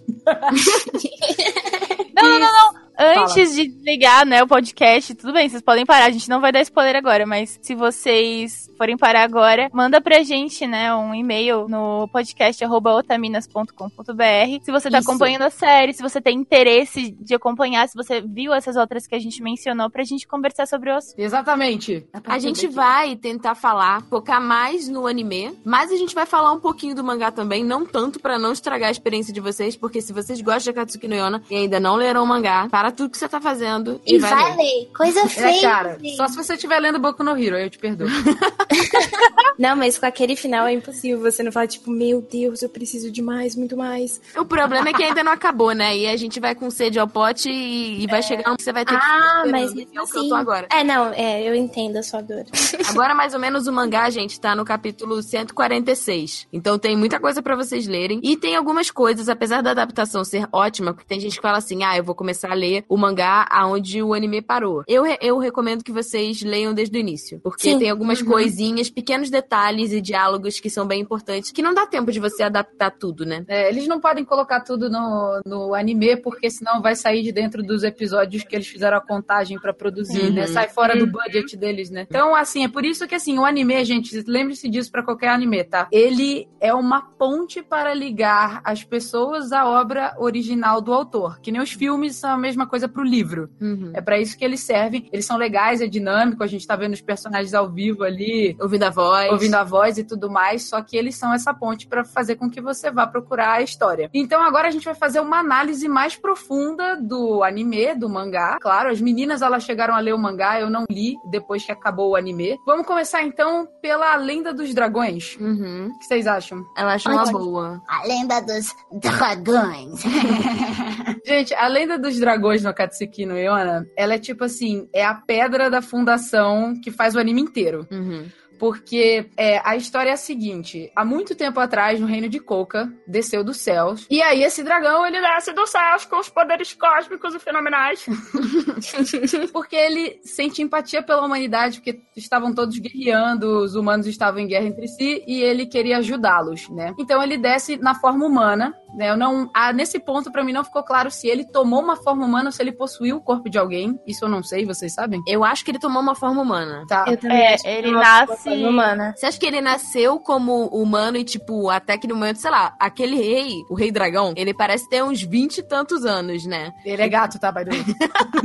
[SPEAKER 4] Não. Antes de desligar, né, o podcast, tudo bem, vocês podem parar, a gente não vai dar spoiler agora, mas se vocês forem parar agora, manda pra gente, né, um e-mail no podcast@otaminas.com.br se você tá acompanhando a série, se você tem interesse de acompanhar, se você viu essas outras que a gente mencionou, pra gente conversar sobre o assunto.
[SPEAKER 1] Exatamente.
[SPEAKER 2] A gente vai tentar focar mais no anime, mas a gente vai falar um pouquinho do mangá também, não tanto pra não estragar a experiência de vocês, porque se vocês gostam de Akatsuki no Yona e ainda não leram o mangá, para tudo que você tá fazendo
[SPEAKER 3] e vai ler. Coisa feia.
[SPEAKER 1] Cara, só se você estiver lendo Boku no Hero, aí eu te perdoo.
[SPEAKER 6] Não, mas com aquele final é impossível você não falar, tipo, meu Deus, eu preciso de mais, muito mais.
[SPEAKER 2] O problema é que ainda não acabou, né? E a gente vai com sede ao pote e vai chegar onde você vai ter que
[SPEAKER 3] mas mesmo assim...
[SPEAKER 2] eu tô agora.
[SPEAKER 3] Eu entendo a sua dor.
[SPEAKER 2] Agora, mais ou menos, o mangá, gente, tá no capítulo 146. Então tem muita coisa pra vocês lerem. E tem algumas coisas, apesar da adaptação ser ótima, porque tem gente que fala assim, eu vou começar a ler o mangá aonde o anime parou. Eu recomendo que vocês leiam desde o início, porque tem algumas coisinhas, pequenos detalhes e diálogos que são bem importantes, que não dá tempo de você adaptar tudo, né?
[SPEAKER 1] Eles não podem colocar tudo no anime, porque senão vai sair de dentro dos episódios que eles fizeram a contagem pra produzir, né? Sai fora do budget deles, né? Então, assim, é por isso que, assim, o anime, gente, lembre-se disso pra qualquer anime, tá? Ele é uma ponte para ligar as pessoas à obra original do autor, que nem os filmes são a mesma coisa pro livro. É pra isso que eles servem. Eles são legais, é dinâmico, a gente tá vendo os personagens ao vivo ali, ouvindo a voz e tudo mais, só que eles são essa ponte pra fazer com que você vá procurar a história. Então agora a gente vai fazer uma análise mais profunda do anime, do mangá. Claro, as meninas, elas chegaram a ler o mangá, eu não li depois que acabou o anime. Vamos começar então pela Lenda dos Dragões. O que vocês acham?
[SPEAKER 2] Ela acha uma boa.
[SPEAKER 3] A Lenda dos Dragões.
[SPEAKER 1] Gente, a Lenda dos Dragões no Akatsuki no Yona, ela é tipo assim, é a pedra da fundação que faz o anime inteiro. porque a história é a seguinte. Há muito tempo atrás, no reino de Coca, desceu dos céus. E aí esse dragão, ele desce dos céus com os poderes cósmicos e fenomenais. Porque ele sente empatia pela humanidade, porque estavam todos guerreando, os humanos estavam em guerra entre si, e ele queria ajudá-los, né? Então ele desce na forma humana, né? Nesse ponto, pra mim, não ficou claro se ele tomou uma forma humana ou se ele possuiu o corpo de alguém. Isso eu não sei, vocês sabem?
[SPEAKER 2] Eu acho que ele tomou uma forma humana.
[SPEAKER 1] Tá.
[SPEAKER 6] Eu também acho que
[SPEAKER 4] ele
[SPEAKER 6] uma
[SPEAKER 4] nasce...
[SPEAKER 6] forma humana.
[SPEAKER 2] Você acha que ele nasceu como humano e, tipo, até que no momento, sei lá, aquele rei, o rei dragão, ele parece ter uns 20 e tantos anos, né?
[SPEAKER 1] Ele é gato, tá, by the way?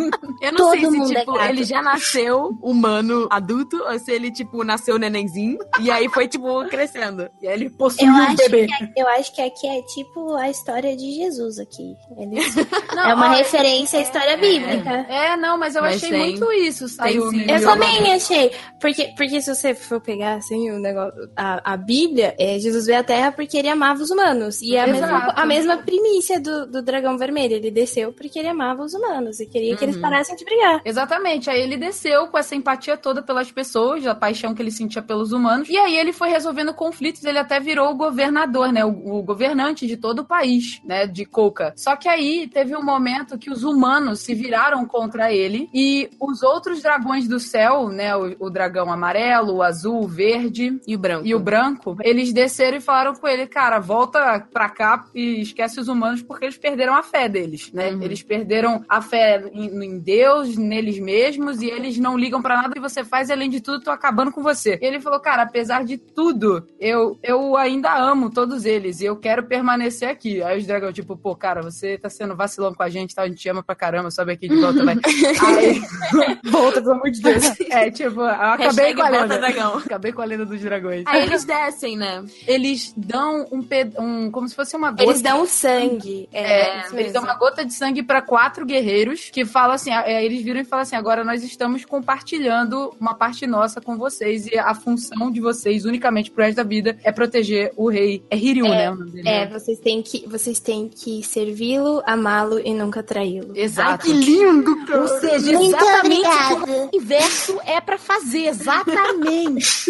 [SPEAKER 2] Eu não
[SPEAKER 3] Todo
[SPEAKER 2] sei se,
[SPEAKER 3] mundo é
[SPEAKER 2] tipo,
[SPEAKER 3] gato.
[SPEAKER 2] ele já nasceu humano adulto ou se ele, tipo, nasceu nenenzinho e aí foi, tipo, crescendo.
[SPEAKER 1] E aí ele possuiu um bebê.
[SPEAKER 3] Eu acho que aqui é tipo a história de Jesus aqui.
[SPEAKER 1] Não,
[SPEAKER 3] É uma
[SPEAKER 1] olha,
[SPEAKER 3] referência à história bíblica.
[SPEAKER 1] não, mas eu
[SPEAKER 2] Mas
[SPEAKER 1] achei
[SPEAKER 2] tem-
[SPEAKER 1] muito isso, saiu.
[SPEAKER 2] sim.
[SPEAKER 3] Eu também achei. Porque se você for pegar assim o negócio, a Bíblia, Jesus veio à Terra porque ele amava os humanos. E é
[SPEAKER 1] Exato.
[SPEAKER 3] a mesma primícia do dragão vermelho. Ele desceu porque ele amava os humanos e queria que eles parassem de brigar.
[SPEAKER 1] Exatamente, aí ele desceu com essa empatia toda pelas pessoas, a paixão que ele sentia pelos humanos, e aí ele foi resolvendo conflitos, ele até virou o governador, né, o governante de todo o país, né, de Coca. Só que aí teve um momento que os humanos se viraram contra ele, e os outros dragões do céu, né, o dragão amarelo, o azul, o verde
[SPEAKER 2] E o branco.
[SPEAKER 1] eles desceram e falaram com ele, cara, volta pra cá e esquece os humanos porque eles perderam a fé deles, né, eles perderam a fé em Deus, neles mesmos, e eles não ligam pra nada que você faz, e além de tudo, tô acabando com você. E ele falou, cara, apesar de tudo, eu ainda amo todos eles, e eu quero permanecer aqui. Aí os dragões, tipo, pô, cara, você tá sendo vacilão com a gente, tá? A gente te ama pra caramba, sobe aqui de volta, vai. Aí,
[SPEAKER 6] Volta, pelo amor de Deus.
[SPEAKER 1] tipo, eu acabei com a
[SPEAKER 2] volta,
[SPEAKER 1] lenda.
[SPEAKER 2] dragão.
[SPEAKER 1] Acabei com a lenda dos dragões.
[SPEAKER 2] Aí eles descem, né?
[SPEAKER 1] Eles dão como se fosse uma gota.
[SPEAKER 3] Eles dão sangue.
[SPEAKER 1] Eles dão uma gota de sangue pra 4 guerreiros que falam assim, eles viram e falam assim, agora nós estamos compartilhando uma parte nossa com vocês e a função de vocês unicamente pro resto da vida é proteger o rei. É Hiryu, né? O nome dele,
[SPEAKER 3] Vocês têm que servi-lo, amá-lo e nunca traí-lo.
[SPEAKER 1] Exato.
[SPEAKER 2] Que lindo, cara.
[SPEAKER 1] Ou seja,
[SPEAKER 3] Muito
[SPEAKER 1] exatamente
[SPEAKER 3] obrigada.
[SPEAKER 1] o que o inverso é pra fazer, exatamente.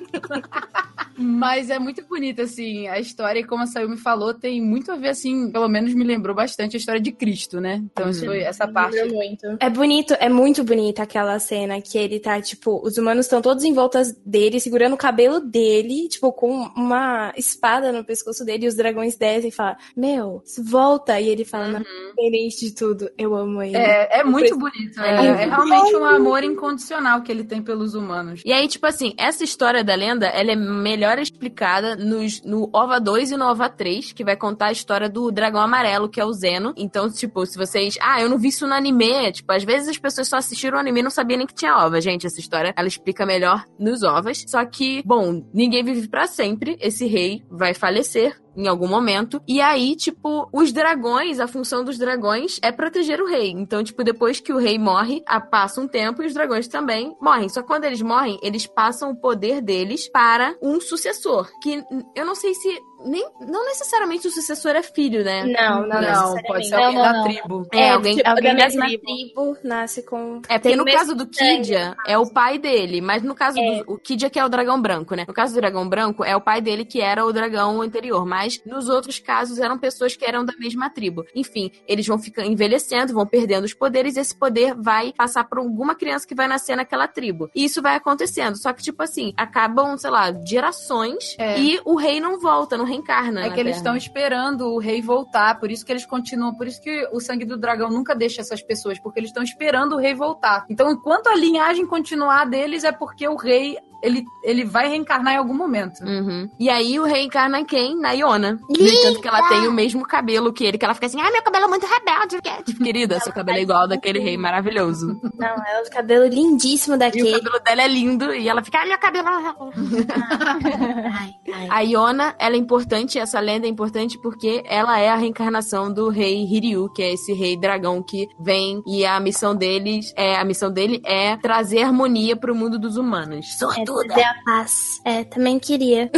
[SPEAKER 1] Mas é muito bonita, assim, a história, e como a Sayumi falou, tem muito a ver, assim, pelo menos me lembrou bastante a história de Cristo, né? Então isso foi essa parte.
[SPEAKER 3] É bonito, é muito bonita aquela cena que ele tá, tipo, os humanos estão todos em volta dele, segurando o cabelo dele, tipo, com uma espada no pescoço dele, e os dragões descem e falam, meu, volta. E ele fala, não, independente de tudo, eu amo ele.
[SPEAKER 1] É muito bonito, é realmente um amor incondicional que ele tem pelos humanos.
[SPEAKER 2] E aí, tipo assim, essa história da lenda, ela é melhor explicada no OVA 2 e no OVA 3, que vai contar a história do dragão amarelo, que é o Zeno. Então, tipo, se vocês... eu não vi isso no anime. Tipo, às vezes as pessoas só assistiram o anime e não sabiam nem que tinha OVA. Gente, essa história, ela explica melhor nos OVAs. Só que, bom, ninguém vive pra sempre. Esse rei vai falecer em algum momento. E aí, tipo, os dragões, a função dos dragões é proteger o rei. Então, tipo, depois que o rei morre, passa um tempo e os dragões também morrem. Só que quando eles morrem, eles passam o poder deles para um sucessor. Que eu não sei se... não necessariamente o sucessor é filho, né?
[SPEAKER 1] Não, pode ser alguém da tribo.
[SPEAKER 2] Alguém
[SPEAKER 3] tipo,
[SPEAKER 4] alguém
[SPEAKER 3] da
[SPEAKER 4] da
[SPEAKER 3] mesma
[SPEAKER 4] tribo.
[SPEAKER 3] tribo nasce com...
[SPEAKER 2] porque
[SPEAKER 3] tem
[SPEAKER 2] no
[SPEAKER 3] o mesmo
[SPEAKER 2] caso do Kidia, é o pai dele. Mas no caso do... O Kidia que é o dragão branco, né? No caso do dragão branco, é o pai dele que era o dragão anterior. Mas nos outros casos, eram pessoas que eram da mesma tribo. Enfim, eles vão ficando envelhecendo, vão perdendo os poderes, e esse poder vai passar por alguma criança que vai nascer naquela tribo. E isso vai acontecendo. Só que, tipo assim, acabam, sei lá, gerações e o rei não volta, não reencarna.
[SPEAKER 1] É que eles estão esperando o rei voltar, por isso que eles continuam, por isso que o sangue do dragão nunca deixa essas pessoas, porque eles estão esperando o rei voltar. Então, enquanto a linhagem continuar deles, é porque o rei... Ele vai reencarnar em algum momento.
[SPEAKER 2] E aí o reencarna em quem? Na Iona. Tanto que ela tem o mesmo cabelo que ele, que ela fica assim, meu cabelo é muito rebelde. Tipo, querida, seu cabelo é igual ao daquele rei maravilhoso.
[SPEAKER 3] Não, é o cabelo lindíssimo
[SPEAKER 2] E
[SPEAKER 3] daquele.
[SPEAKER 2] o cabelo dela é lindo, e ela fica, meu cabelo... A Iona, ela é importante, essa lenda é importante porque ela é a reencarnação do rei Hiryu, que é esse rei dragão que vem, e a missão dele é trazer harmonia pro mundo dos humanos.
[SPEAKER 3] Fazer a paz. Também queria.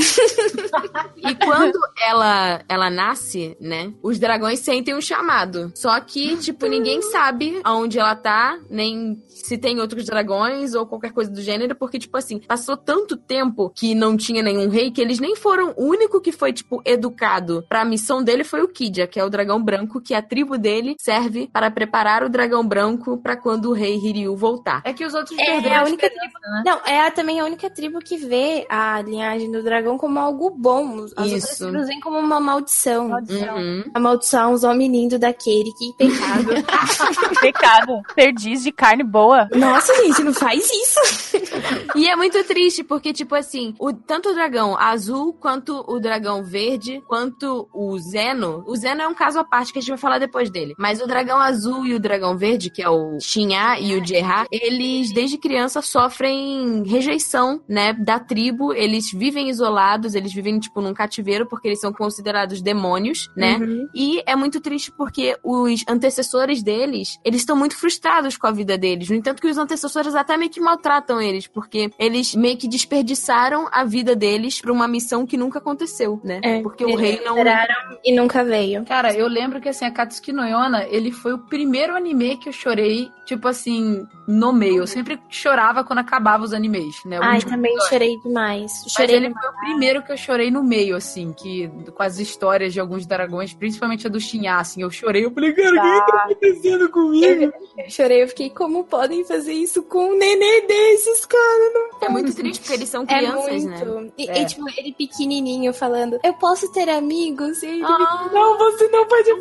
[SPEAKER 2] E quando ela nasce, né, os dragões sentem um chamado. Só que, tipo, ninguém sabe aonde ela tá, nem se tem outros dragões ou qualquer coisa do gênero, porque, tipo assim, passou tanto tempo que não tinha nenhum rei que eles nem foram... O único que foi, tipo, educado pra missão dele foi o Kidia, que é o dragão branco, que a tribo dele serve para preparar o dragão branco pra quando o rei Hiryu voltar.
[SPEAKER 1] É que os outros
[SPEAKER 3] É a única tribo, né? Não, também a única tribo que vê a linhagem do dragão como algo bom. As outras tribos veem como uma maldição.
[SPEAKER 2] Uhum.
[SPEAKER 3] A maldição, os homens lindos daquele, que pecado.
[SPEAKER 4] Pecado. Perdiz de carne boa.
[SPEAKER 3] Nossa, gente, não faz isso.
[SPEAKER 2] E é muito triste, porque, tipo assim, tanto o dragão azul, quanto o dragão verde, quanto o Zeno... O Zeno é um caso à parte que a gente vai falar depois dele. Mas o dragão azul e o dragão verde, que é o Shinya e o Jaeha, eles, desde criança, sofrem rejeição, né, da tribo. Eles vivem isolados, eles vivem, tipo, num cativeiro, porque eles são considerados demônios, né?
[SPEAKER 3] Uhum.
[SPEAKER 2] E é muito triste porque os antecessores deles, eles estão muito frustrados com a vida deles. No entanto que os antecessores até meio que maltratam eles, porque eles meio que desperdiçaram a vida deles pra uma missão que nunca aconteceu, né? Porque o rei não...
[SPEAKER 3] Esperaram e nunca veio.
[SPEAKER 1] Cara, eu lembro que, assim, Akatsuki no Yona, ele foi o primeiro anime que eu chorei, tipo assim, no meio. Eu sempre chorava quando acabava os animes, né?
[SPEAKER 3] Ai, também chorei demais.
[SPEAKER 1] Mas ele foi o primeiro que eu chorei no meio, assim, com as histórias de alguns dragões, principalmente a do Shinya, assim, eu chorei, eu falei, cara, o que tá acontecendo comigo?
[SPEAKER 3] Eu chorei, eu fiquei, como podem fazer isso com um nenê desses, cara? Não
[SPEAKER 2] é muito triste, porque eles são crianças, né?
[SPEAKER 3] E, tipo, ele pequenininho falando, eu posso ter amigos? E ele não, você não pode.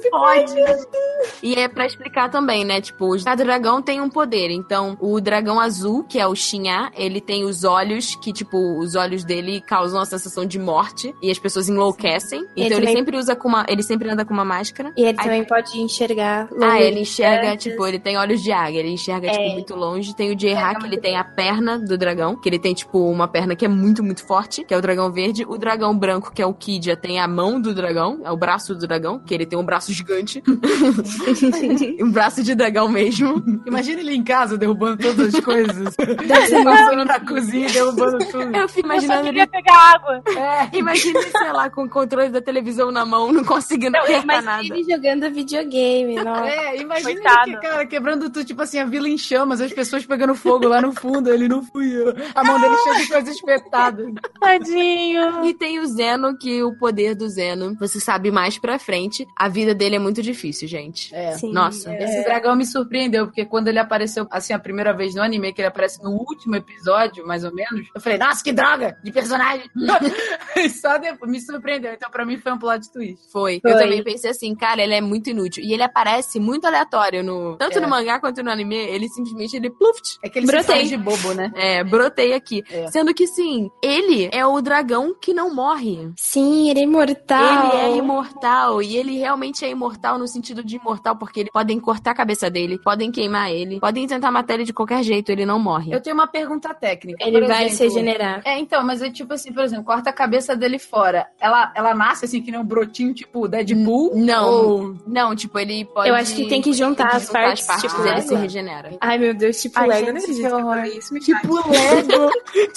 [SPEAKER 2] E é pra explicar também, né? Tipo, cada dragão tem um poder. Então, o dragão azul, que é o Shinya, ele tem os olhos que, tipo, os olhos dele causam a sensação de morte e as pessoas enlouquecem. Então, ele sempre usa ele sempre anda com uma máscara.
[SPEAKER 3] E ele também pode enxergar
[SPEAKER 2] longe. Ele enxerga, tipo, ele tem olhos de águia, ele enxerga, tipo, muito longe. Tem o Jaeha, que ele tem a perna do dragão, que ele tem, tipo, uma perna que é muito, muito forte, que é o dragão verde. O dragão branco, que é o Kidia, tem a mão do dragão, é o braço do dragão, que ele tem um braço gigante. Um braço de dragão mesmo.
[SPEAKER 1] Imagina ele em casa derrubando todas as coisas. Passando na cozinha e derrubando tudo.
[SPEAKER 2] Eu fico imaginando ele
[SPEAKER 4] pegar água.
[SPEAKER 2] Imagina, sei lá, com o controle da televisão na mão, não conseguindo apertar nada.
[SPEAKER 3] Ele jogando videogame, não.
[SPEAKER 1] Imagina ele, cara, quebrando tudo, tipo assim, a vila em chamas, as pessoas pegando fogo lá no fundo, ele não fui eu. A mão dele cheia de coisa espetada.
[SPEAKER 4] Tadinho.
[SPEAKER 2] E tem o Zeno, que o poder do Zeno, você sabe mais pra frente, a vida dele é muito difícil, gente.
[SPEAKER 3] Sim,
[SPEAKER 2] nossa.
[SPEAKER 1] Esse dragão me surpreendeu, porque quando ele apareceu, assim, a primeira vez no anime, que ele aparece no último episódio, mais ou menos, eu falei, nossa, que droga de personagem! E só depois me surpreendeu. Então, pra mim, foi um plot twist.
[SPEAKER 2] Foi. Eu também pensei assim, cara, ele é muito inútil. E ele aparece muito aleatório, tanto no mangá quanto no anime, ele simplesmente, pluft.
[SPEAKER 1] É que ele se faz de bobo, né?
[SPEAKER 2] Brotei aqui. Sendo que, sim, ele é o dragão que não morre.
[SPEAKER 3] Sim, ele é imortal.
[SPEAKER 2] Ele é imortal. E ele realmente é imortal no sentido de imortal, porque eles podem cortar a cabeça dele, podem queimar ele, podem tentar matar ele de qualquer jeito, ele não morre.
[SPEAKER 1] Eu tenho uma pergunta técnica.
[SPEAKER 3] Ele vai se regenerar.
[SPEAKER 1] Então, mas é tipo assim, por exemplo, corta a cabeça dele fora. Ela nasce assim, que nem um brotinho, tipo Deadpool?
[SPEAKER 2] Não, tipo, ele pode...
[SPEAKER 3] Eu acho que tem que juntar as partes
[SPEAKER 2] tipo, ele se regenera.
[SPEAKER 3] Ai, meu Deus, tipo Lego. Eu não acredito que eu falei isso.
[SPEAKER 1] Tipo Lego.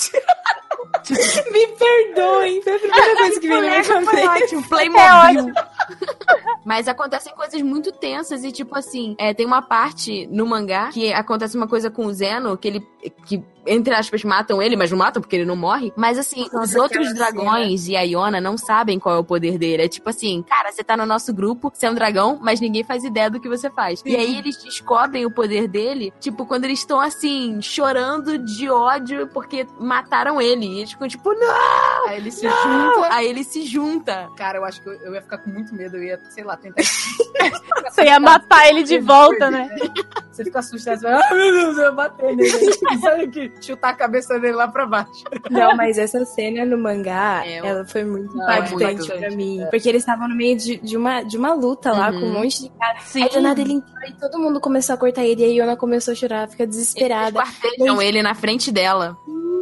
[SPEAKER 3] Me perdoem, foi a primeira coisa que veio na minha cabeça.
[SPEAKER 2] Playmobil. Mas acontecem coisas muito tensas e, tipo assim, tem uma parte no mangá que acontece uma coisa com o Zeno, que entre aspas, matam ele, mas não matam porque ele não morre. Mas, assim, os outros dragões e a Yona não sabem qual é o poder dele. É tipo assim, cara, você tá no nosso grupo, você é um dragão, mas ninguém faz ideia do que você faz. Sim. E aí eles descobrem o poder dele, tipo, quando eles estão, assim, chorando de ódio porque mataram ele. E eles ficam tipo, não!
[SPEAKER 1] Aí ele se junta.
[SPEAKER 2] Aí ele se junta.
[SPEAKER 1] Cara, eu acho que eu ia ficar com muito medo. Eu ia, sei lá, tentar...
[SPEAKER 4] Você ia matar ele de volta, né?
[SPEAKER 1] Você fica assustado, você vai, meu Deus, eu ia bater nele. Sabe que chutar a cabeça dele lá pra baixo.
[SPEAKER 3] Não, mas essa cena no mangá, ela foi muito impactante pra mim. Porque eles estavam no meio de uma luta lá, com um monte de cara.
[SPEAKER 4] Sim.
[SPEAKER 3] Aí do nada ele entrou e todo mundo começou a cortar ele. E a Yona começou a chorar, fica desesperada.
[SPEAKER 2] Eles quartejam ele na frente dela.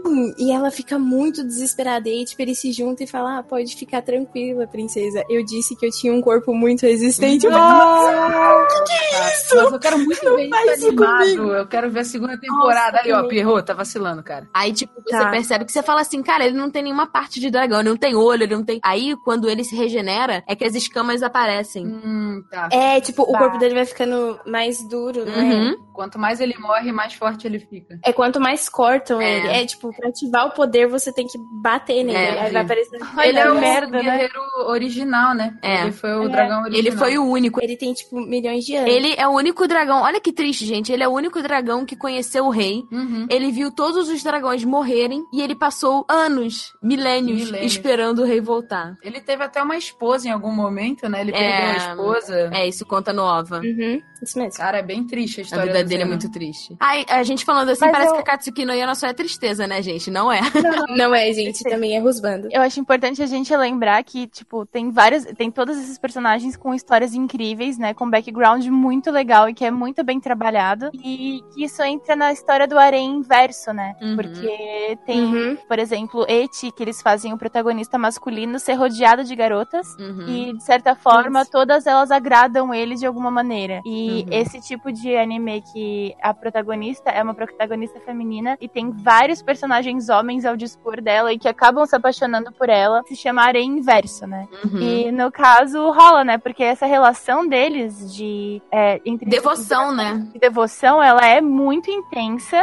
[SPEAKER 3] E ela fica muito desesperada. E aí, tipo, eles se juntam e falam, pode ficar tranquila, princesa. Eu disse que eu tinha um corpo muito resistente. Eu falei, que é isso?
[SPEAKER 1] Mas eu quero muito ver isso animado. Eu quero ver a segunda temporada.
[SPEAKER 3] Nossa,
[SPEAKER 1] ali, ó, Pierrot, tá vacilando, cara.
[SPEAKER 2] Aí, tipo, você percebe que você fala assim, cara, ele não tem nenhuma parte de dragão, ele não tem olho, ele não tem... Aí, quando ele se regenera, é que as escamas aparecem.
[SPEAKER 1] Tá.
[SPEAKER 3] É, tipo, o corpo dele vai ficando mais duro, né?
[SPEAKER 1] Quanto mais ele morre, mais forte ele fica.
[SPEAKER 3] É quanto mais cortam ele. É, tipo, pra ativar o poder, você tem que bater nele. Aí vai aparecer...
[SPEAKER 1] Ele é o
[SPEAKER 4] merda,
[SPEAKER 1] guerreiro original, né? Ele foi o dragão original.
[SPEAKER 2] Ele foi o único.
[SPEAKER 3] Ele tem, tipo, milhões de anos.
[SPEAKER 2] Ele é o único dragão. Olha que triste, gente. Ele é o único dragão que conheceu o rei. Ele viu todos os dragões morrerem e ele passou anos, milênios, esperando o rei voltar.
[SPEAKER 1] Ele teve até uma esposa em algum momento, né? Ele perdeu a esposa.
[SPEAKER 2] Isso conta no OVA.
[SPEAKER 3] Isso mesmo.
[SPEAKER 1] Cara, é bem triste a
[SPEAKER 2] A
[SPEAKER 1] história
[SPEAKER 2] vida dele é muito triste. Ai, a gente falando assim, parece que a Katsuki no Yano só é tristeza, né, gente? Não é.
[SPEAKER 3] Não é, gente. Também é rusbando.
[SPEAKER 4] Eu acho importante a gente lembrar que, tipo, tem todos esses personagens com histórias incríveis, né? Com background muito legal e que é muito bem trabalhado. E que isso entra na história do harém inverso, né? Porque tem, por exemplo, Eti, que eles fazem o protagonista masculino ser rodeado de garotas. E, de certa forma, todas elas agradam ele de alguma maneira. E esse tipo de anime que a protagonista é uma protagonista feminina e tem vários personagens homens ao dispor dela e que acabam se apaixonando por ela, se chama harém inverso, né? E no caso rola, né? Porque essa relação deles de entre
[SPEAKER 2] devoção, né?
[SPEAKER 4] De devoção, ela é muito intensa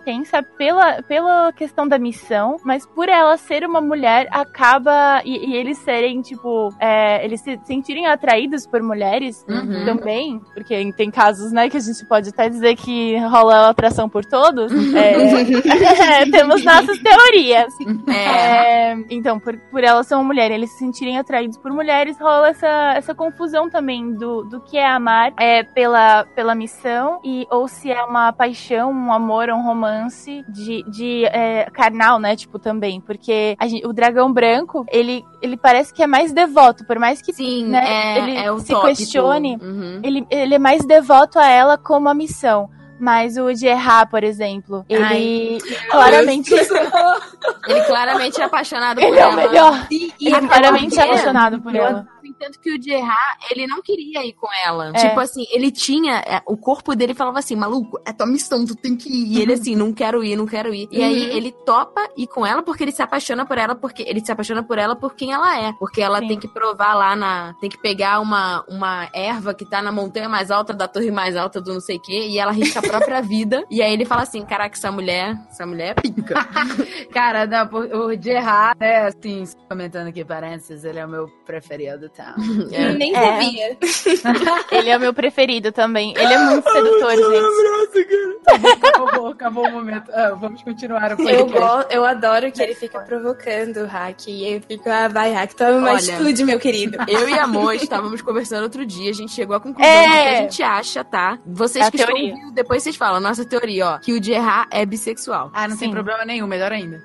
[SPEAKER 4] pela questão da missão, mas por ela ser uma mulher, acaba e eles serem, tipo, eles se sentirem atraídos por mulheres também, porque tem casos, né, que a gente pode até dizer que rola atração por todos. Temos nossas teorias. Então, por elas ser uma mulher, eles se sentirem atraídos por mulheres, rola essa confusão também do que é amar pela missão, ou se é uma paixão, um amor, um romance de carnal, né, tipo, também, porque o dragão branco, ele parece que é mais devoto, por mais que ele se questione, ele é mais devoto a ela como a missão. Mas o Gerard, por exemplo, ele claramente...
[SPEAKER 2] Ele claramente é apaixonado por
[SPEAKER 4] ela. Ele é o melhor. Ele é claramente apaixonado por ela.
[SPEAKER 2] Tanto que o Gerard, ele não queria ir com ela. Tipo assim, ele tinha... o corpo dele falava assim, maluco, é tua missão, tu tem que ir. E ele assim, não quero ir. E aí ele topa ir com ela porque ele se apaixona por ela, porque ele se apaixona por ela por quem ela é. Porque ela tem que provar lá tem que pegar uma erva que tá na montanha mais alta, da torre mais alta do não sei o quê, e ela risca a própria vida. E aí ele fala assim, caraca, essa mulher é pica.
[SPEAKER 1] Cara, não, o Gerard, né, assim, comentando aqui parênteses, ele é o meu preferido, tá?
[SPEAKER 3] Nem sabia.
[SPEAKER 4] Ele é o meu preferido também. Ele é muito sedutor, gente.
[SPEAKER 1] Acabou o momento. Vamos continuar o podcast.
[SPEAKER 3] Eu adoro que ele fica provocando o Hack. E eu fico, vai, Hack, toma uma atitude, meu querido.
[SPEAKER 2] Eu e a Mo estávamos conversando outro dia, a gente chegou à conclusão do que a gente acha, tá? Vocês que estão ouvindo, depois vocês falam, nossa teoria, ó, que o Gerard é bissexual.
[SPEAKER 1] Não tem problema nenhum, melhor ainda.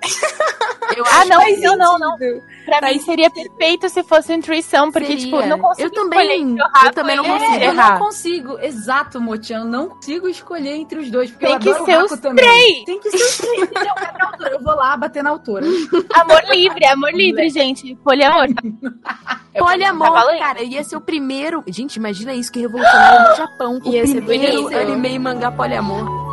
[SPEAKER 4] Não. Pra mim seria perfeito se fosse intuição, porque, tipo, não consigo escolher entre o Rafa
[SPEAKER 2] também não
[SPEAKER 4] e
[SPEAKER 2] consigo.
[SPEAKER 1] Eu não consigo, exato, Motian, não consigo escolher entre os dois, porque
[SPEAKER 4] tem
[SPEAKER 1] eu
[SPEAKER 4] que
[SPEAKER 1] adoro
[SPEAKER 4] ser
[SPEAKER 1] o Raco
[SPEAKER 4] os
[SPEAKER 1] também.
[SPEAKER 4] três.
[SPEAKER 1] Tem que ser os três, entendeu? Cadê a altura? Eu vou lá bater na altura.
[SPEAKER 4] Amor livre, gente. Poliamor.
[SPEAKER 2] Poliamor, cara, ia ser o primeiro... Gente, imagina isso, que revolucionário no Japão. O
[SPEAKER 3] ia ser
[SPEAKER 2] primeiro
[SPEAKER 3] bonito.
[SPEAKER 2] anime e mangá poliamor.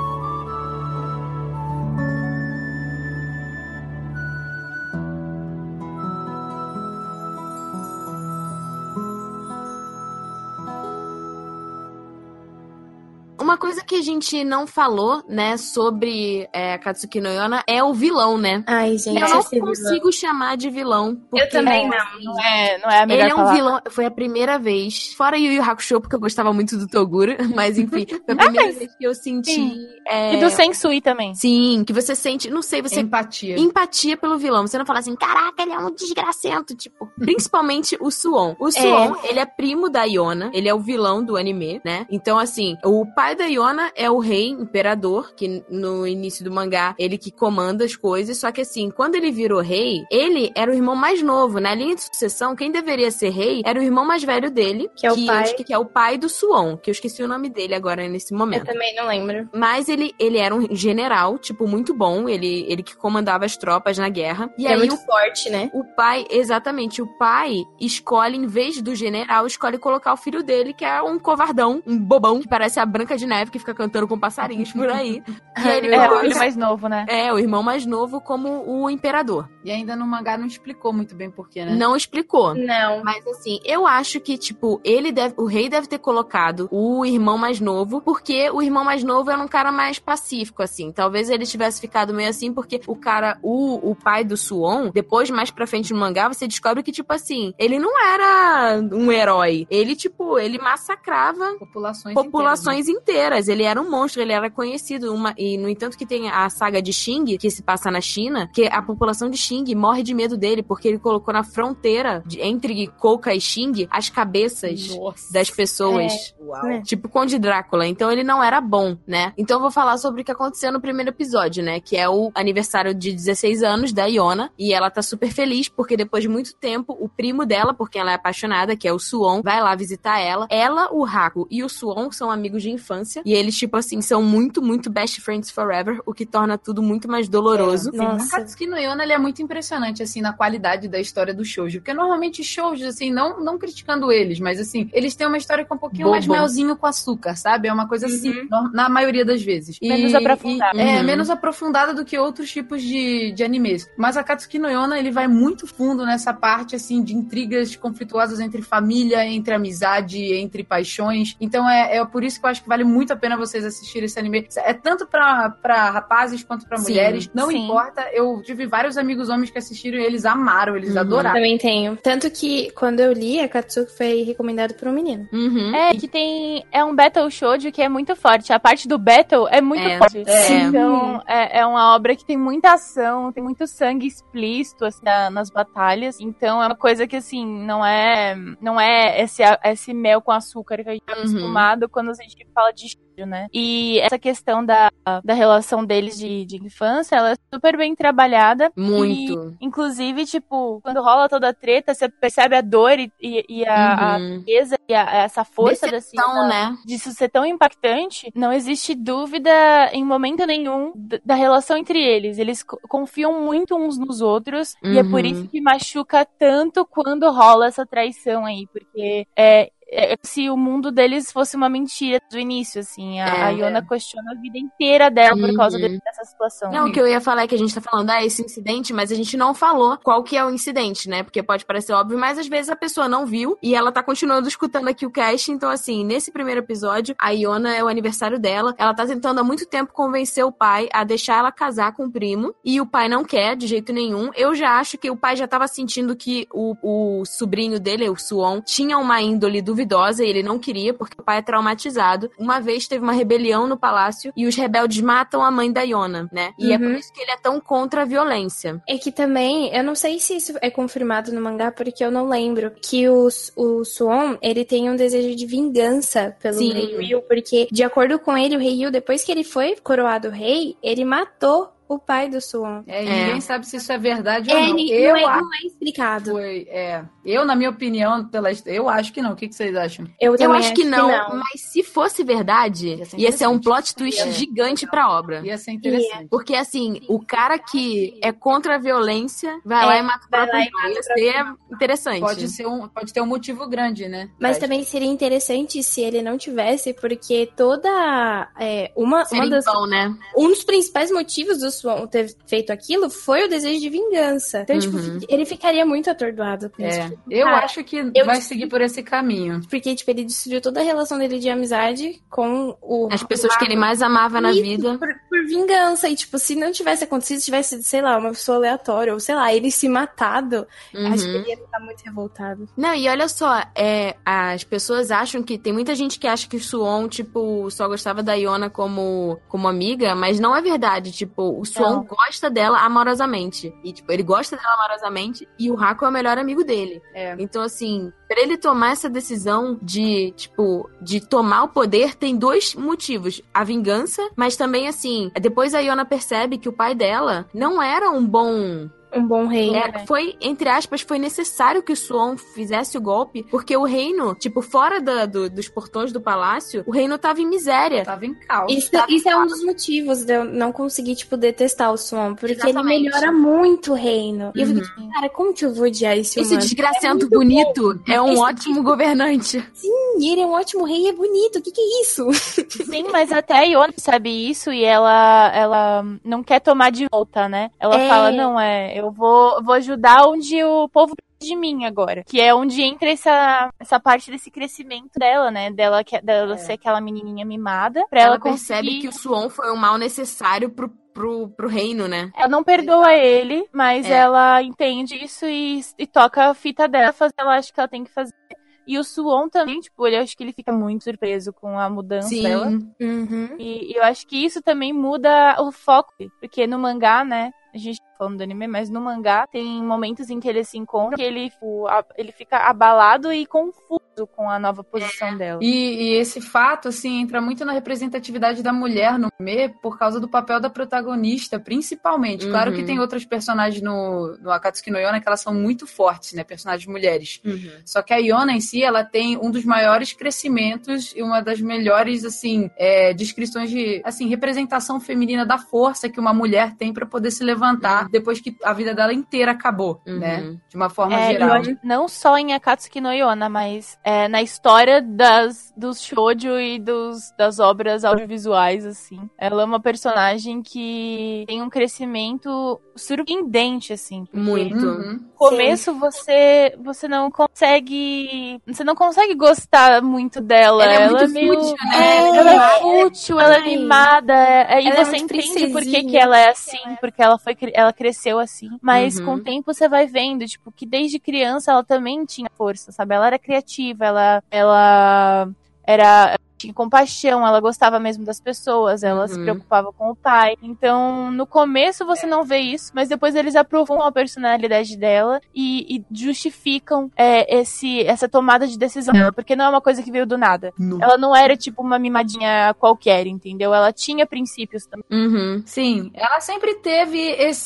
[SPEAKER 2] Uma coisa que a gente não falou, né, sobre Katsuki no Yona é o vilão, né?
[SPEAKER 3] Ai, gente,
[SPEAKER 2] eu não consigo chamar de vilão.
[SPEAKER 3] Eu também não.
[SPEAKER 4] Não é a melhor
[SPEAKER 2] Ele é um vilão. Foi a primeira vez, fora Yu Yu Hakusho, porque eu gostava muito do Toguro, mas enfim, foi a primeira vez que eu senti...
[SPEAKER 4] E do Sensui também.
[SPEAKER 2] Sim, que você sente, não sei, você...
[SPEAKER 1] Empatia
[SPEAKER 2] pelo vilão. Você não fala assim, caraca, ele é um desgracento, tipo... Principalmente o Suon. O Suon, ele é primo da Yona, ele é o vilão do anime, né? Então, assim, o pai da da Yona é o rei, imperador, que no início do mangá, ele que comanda as coisas, só que assim, quando ele virou rei, ele era o irmão mais novo. Na linha de sucessão, quem deveria ser rei era o irmão mais velho dele,
[SPEAKER 3] que é o pai.
[SPEAKER 2] Que é o pai do Suon, que eu esqueci o nome dele agora nesse momento.
[SPEAKER 3] Eu também não lembro.
[SPEAKER 2] Mas ele era um general, tipo, muito bom, ele que comandava as tropas na guerra. E aí,
[SPEAKER 3] é muito forte, né?
[SPEAKER 2] O pai, exatamente, o pai escolhe, em vez do general, escolhe colocar o filho dele, que é um covardão, um bobão, que parece a Branca de Neve, que fica cantando com passarinhos por aí.
[SPEAKER 4] E ele é o filho mais novo, né?
[SPEAKER 2] É, o irmão mais novo como o imperador.
[SPEAKER 1] E ainda no mangá não explicou muito bem porquê, né?
[SPEAKER 2] Não explicou.
[SPEAKER 3] Não.
[SPEAKER 2] Mas assim, eu acho que, tipo, o rei deve ter colocado o irmão mais novo, porque o irmão mais novo era um cara mais pacífico, assim. Talvez ele tivesse ficado meio assim, porque o pai do Suon, depois, mais pra frente no mangá, você descobre que, tipo assim, ele não era um herói. Ele, tipo, ele massacrava populações inteiras. Ele era um monstro, ele era conhecido. E, no entanto, que tem a saga de Xing, que se passa na China, que a população de Xing morre de medo dele, porque ele colocou na fronteira entre Kouka e Xing as cabeças das pessoas. Tipo Conde Drácula. Então ele não era bom, né? Então eu vou falar sobre o que aconteceu no primeiro episódio, né? Que é o aniversário de 16 anos da Yona. E ela tá super feliz, porque depois de muito tempo, o primo dela, porque ela é apaixonada, que é o Suon, vai lá visitar ela. Ela, o Haku e o Suon são amigos de infância. E eles, tipo assim, são muito, muito best friends forever, o que torna tudo muito mais doloroso.
[SPEAKER 1] A Katsuki no Yona, ele é muito impressionante, assim, na qualidade da história do shoujo. Porque normalmente shoujo, assim, não criticando eles, mas assim, eles têm uma história que é um pouquinho mais melzinho com açúcar, sabe? É uma coisa assim, na maioria das vezes.
[SPEAKER 4] Menos aprofundada.
[SPEAKER 1] Menos aprofundada do que outros tipos de animes. Mas a Katsuki no Yona, ele vai muito fundo nessa parte, assim, de intrigas conflituosas entre família, entre amizade, entre paixões. Então é por isso que eu acho que vale muito a pena vocês assistirem esse anime. É tanto pra rapazes quanto pra mulheres. Não importa. Eu tive vários amigos homens que assistiram e eles amaram, eles adoraram.
[SPEAKER 3] Também tenho. Tanto que quando eu li, a Katsuki foi recomendado por um menino.
[SPEAKER 4] É, que é um battle shoujo que é muito forte. A parte do battle é muito forte. Então, é uma obra que tem muita ação, tem muito sangue explícito, assim, nas batalhas. Então, é uma coisa que, assim, não é esse mel com açúcar que a gente tá acostumado quando a gente fala de shoujo, né? E essa questão da relação deles de infância, ela é super bem trabalhada.
[SPEAKER 2] Muito.
[SPEAKER 4] E, inclusive, tipo, quando rola toda a treta, você percebe a dor e a riqueza e essa força disso ser tão impactante. Não existe dúvida em momento nenhum da relação entre eles. Eles confiam muito uns nos outros e é por isso que machuca tanto quando rola essa traição aí, porque se o mundo deles fosse uma mentira do início, assim. A Yona questiona a vida inteira dela por causa dessa situação.
[SPEAKER 2] Não, o que eu ia falar é que a gente tá falando, esse incidente, mas a gente não falou qual que é o incidente, né? Porque pode parecer óbvio, mas às vezes a pessoa não viu e ela tá continuando escutando aqui o cast. Então, assim, nesse primeiro episódio, a Yona é o aniversário dela. Ela tá tentando há muito tempo convencer o pai a deixar ela casar com o primo e o pai não quer de jeito nenhum. Eu já acho que o pai já tava sentindo que o sobrinho dele, o Suon, tinha uma índole duvidosa e ele não queria porque o pai é traumatizado. Uma vez teve uma rebelião no palácio e os rebeldes matam a mãe da Yona, né? E é por isso que ele é tão contra a violência.
[SPEAKER 3] É que também, eu não sei se isso é confirmado no mangá, porque eu não lembro, que o Suon, ele tem um desejo de vingança pelo Rei Ryu, porque de acordo com ele, o Rei Ryu, depois que ele foi coroado rei, ele matou o pai do Suon.
[SPEAKER 1] E ninguém sabe se isso é verdade ou não.
[SPEAKER 3] Não é explicado.
[SPEAKER 1] Eu, na minha opinião, eu acho que não. O que vocês acham?
[SPEAKER 2] Eu acho que não, mas se fosse verdade, ia ser um plot twist gigante pra obra.
[SPEAKER 1] Ia ser interessante.
[SPEAKER 2] Porque, assim, o cara que é contra a violência vai lá e mata o próprio irmão. Ia ser interessante.
[SPEAKER 1] Pode ter um motivo grande, né?
[SPEAKER 3] Mas também seria interessante se ele não tivesse, porque toda... Um dos principais motivos do Suon ter feito aquilo foi o desejo de vingança. Então, tipo, ele ficaria muito atordoado com isso.
[SPEAKER 1] Eu acho que vai seguir por esse caminho.
[SPEAKER 3] Porque, ele destruiu toda a relação dele de amizade com
[SPEAKER 2] as pessoas que ele mais amava na vida.
[SPEAKER 3] por vingança. E, tipo, se não tivesse acontecido, se tivesse, sei lá, uma pessoa aleatória, ou sei lá, ele se matado, acho que ele ia ficar muito revoltado.
[SPEAKER 2] Não, e olha só, as pessoas acham que... Tem muita gente que acha que o Suon, tipo, só gostava da Yona como amiga, mas não é verdade. Tipo, o Suon gosta dela amorosamente. E, tipo, ele gosta dela amorosamente e o Haku é o melhor amigo dele. Então, assim, pra ele tomar essa decisão de tomar o poder, tem 2 motivos. A vingança, mas também, assim, depois a Yona percebe que o pai dela não era um bom
[SPEAKER 3] rei.
[SPEAKER 2] Foi, entre aspas, foi necessário que o Suon fizesse o golpe, porque o reino, tipo, fora dos portões do palácio, o reino tava em miséria.
[SPEAKER 1] Tava em caos.
[SPEAKER 3] Isso é um dos motivos de eu não conseguir, tipo, detestar o Suon, porque
[SPEAKER 2] Exatamente.
[SPEAKER 3] ele melhora muito o reino. E eu fico tipo, cara, como que eu vou odiar esse humano?
[SPEAKER 2] Esse desgraçado bonito é um ótimo governante.
[SPEAKER 3] Sim, ele é um ótimo rei e é bonito. O que é isso?
[SPEAKER 4] Sim, mas até a Yona sabe isso e ela não quer tomar de volta, né? Ela fala, não, eu vou ajudar onde o povo precisa de mim agora. Que é onde entra essa parte desse crescimento dela, né? Dela ser aquela menininha mimada. Ela
[SPEAKER 2] percebe que o Suon foi um mal necessário pro reino, né?
[SPEAKER 4] Ela não perdoa ele, mas ela entende isso e toca a fita dela, fazer ela acha que ela tem que fazer. E o Suon também, tipo, eu acho que ele fica muito surpreso com a mudança dela.
[SPEAKER 3] Uhum.
[SPEAKER 4] E eu acho que isso também muda o foco, porque no mangá, né, a gente tá falando do anime, mas no mangá tem momentos em que eles se encontram que ele fica abalado e confuso com a nova posição dela.
[SPEAKER 1] E esse fato, assim, entra muito na representatividade da mulher no anime por causa do papel da protagonista, principalmente. Claro que tem outras personagens no Akatsuki no Yona que elas são muito fortes, né? Personagens mulheres. Só que a Yona em si, ela tem um dos maiores crescimentos e uma das melhores, assim, descrições de, assim, representação feminina da força que uma mulher tem pra poder se levantar depois que a vida dela inteira acabou, né? De uma forma geral.
[SPEAKER 4] Não só em Akatsuki no Yona, mas na história dos shoujo e das obras audiovisuais, assim. Ela é uma personagem que tem um crescimento surpreendente, assim.
[SPEAKER 2] Muito.
[SPEAKER 4] No começo, você não consegue gostar muito dela.
[SPEAKER 2] Ela é muito fútil, né?
[SPEAKER 4] Ela é fútil, ela é mimada. E você entende por que ela é assim, porque ela cresceu assim. Mas com o tempo você vai vendo, tipo, que desde criança ela também tinha força, sabe? Ela era criativa, ela tinha compaixão, ela gostava mesmo das pessoas, ela se preocupava com o pai. Então, no começo você não vê isso, mas depois eles aprofundam a personalidade dela e justificam essa tomada de decisão dela, porque não é uma coisa que veio do nada. Ela não era tipo uma mimadinha qualquer, entendeu? Ela tinha princípios também.
[SPEAKER 1] Sim, ela sempre teve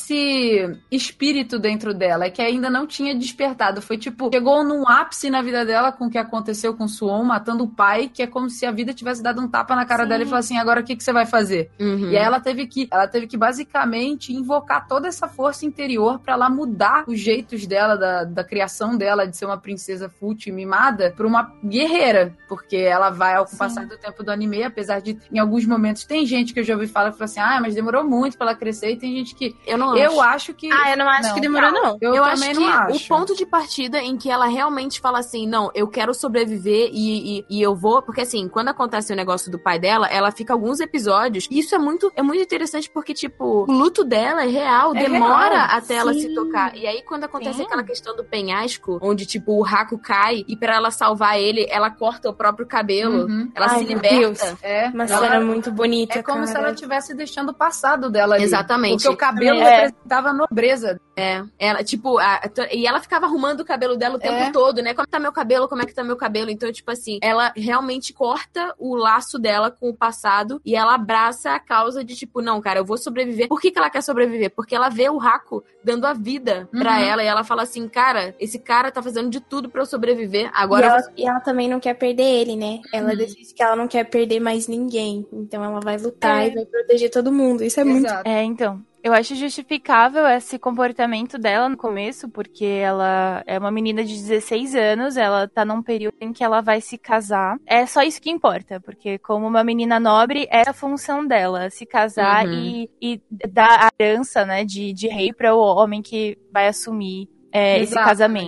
[SPEAKER 1] esse espírito dentro dela, que ainda não tinha despertado. Foi tipo, chegou num ápice na vida dela com o que aconteceu com o Suon, matando o pai, que é como se a vida tivesse dado um tapa na cara dela e falou assim, agora o que você vai fazer? E aí ela teve que basicamente invocar toda essa força interior pra ela mudar os jeitos dela, da criação dela, de ser uma princesa fútil e mimada, pra uma guerreira, porque ela vai, ao passar do tempo do anime, apesar de, em alguns momentos, tem gente que eu já ouvi falar que fala assim, mas demorou muito pra ela crescer, e tem gente que... Eu não acho que...
[SPEAKER 3] eu não acho que demorou, não.
[SPEAKER 1] Eu também não acho.
[SPEAKER 2] O ponto de partida em que ela realmente fala assim, não, eu quero sobreviver e eu vou... Porque assim, quando acontece o negócio do pai dela, ela fica alguns episódios, e isso é muito interessante porque, tipo, o luto dela é real, demora até ela se tocar. E aí, quando acontece aquela questão do penhasco, onde, tipo, o Haku cai, e pra ela salvar ele, ela corta o próprio cabelo, ela se liberta.
[SPEAKER 3] Uma cena muito bonita,
[SPEAKER 1] É como
[SPEAKER 3] cara.
[SPEAKER 1] se ela estivesse deixando o passado dela ali.
[SPEAKER 2] Exatamente.
[SPEAKER 1] Porque o cabelo representava a nobreza.
[SPEAKER 2] Ela, tipo, e ela ficava arrumando o cabelo dela o tempo todo, né? Como é que tá meu cabelo? Como é que tá meu cabelo? Então, tipo assim, ela realmente corta o laço dela com o passado e ela abraça a causa de, tipo, não, cara, eu vou sobreviver. Por que ela quer sobreviver? Porque ela vê o Haku dando a vida pra ela e ela fala assim, cara, esse cara tá fazendo de tudo pra eu sobreviver. Agora
[SPEAKER 3] e ela também não quer perder ele, né? Ela decide que ela não quer perder mais ninguém. Então ela vai lutar e vai proteger todo mundo. Isso é muito...
[SPEAKER 4] Então... Eu acho justificável esse comportamento dela no começo, porque ela é uma menina de 16 anos, ela tá num período em que ela vai se casar. É só isso que importa, porque como uma menina nobre, é a função dela, se casar e dar a herança, né, de rei para o homem que vai assumir esse casamento.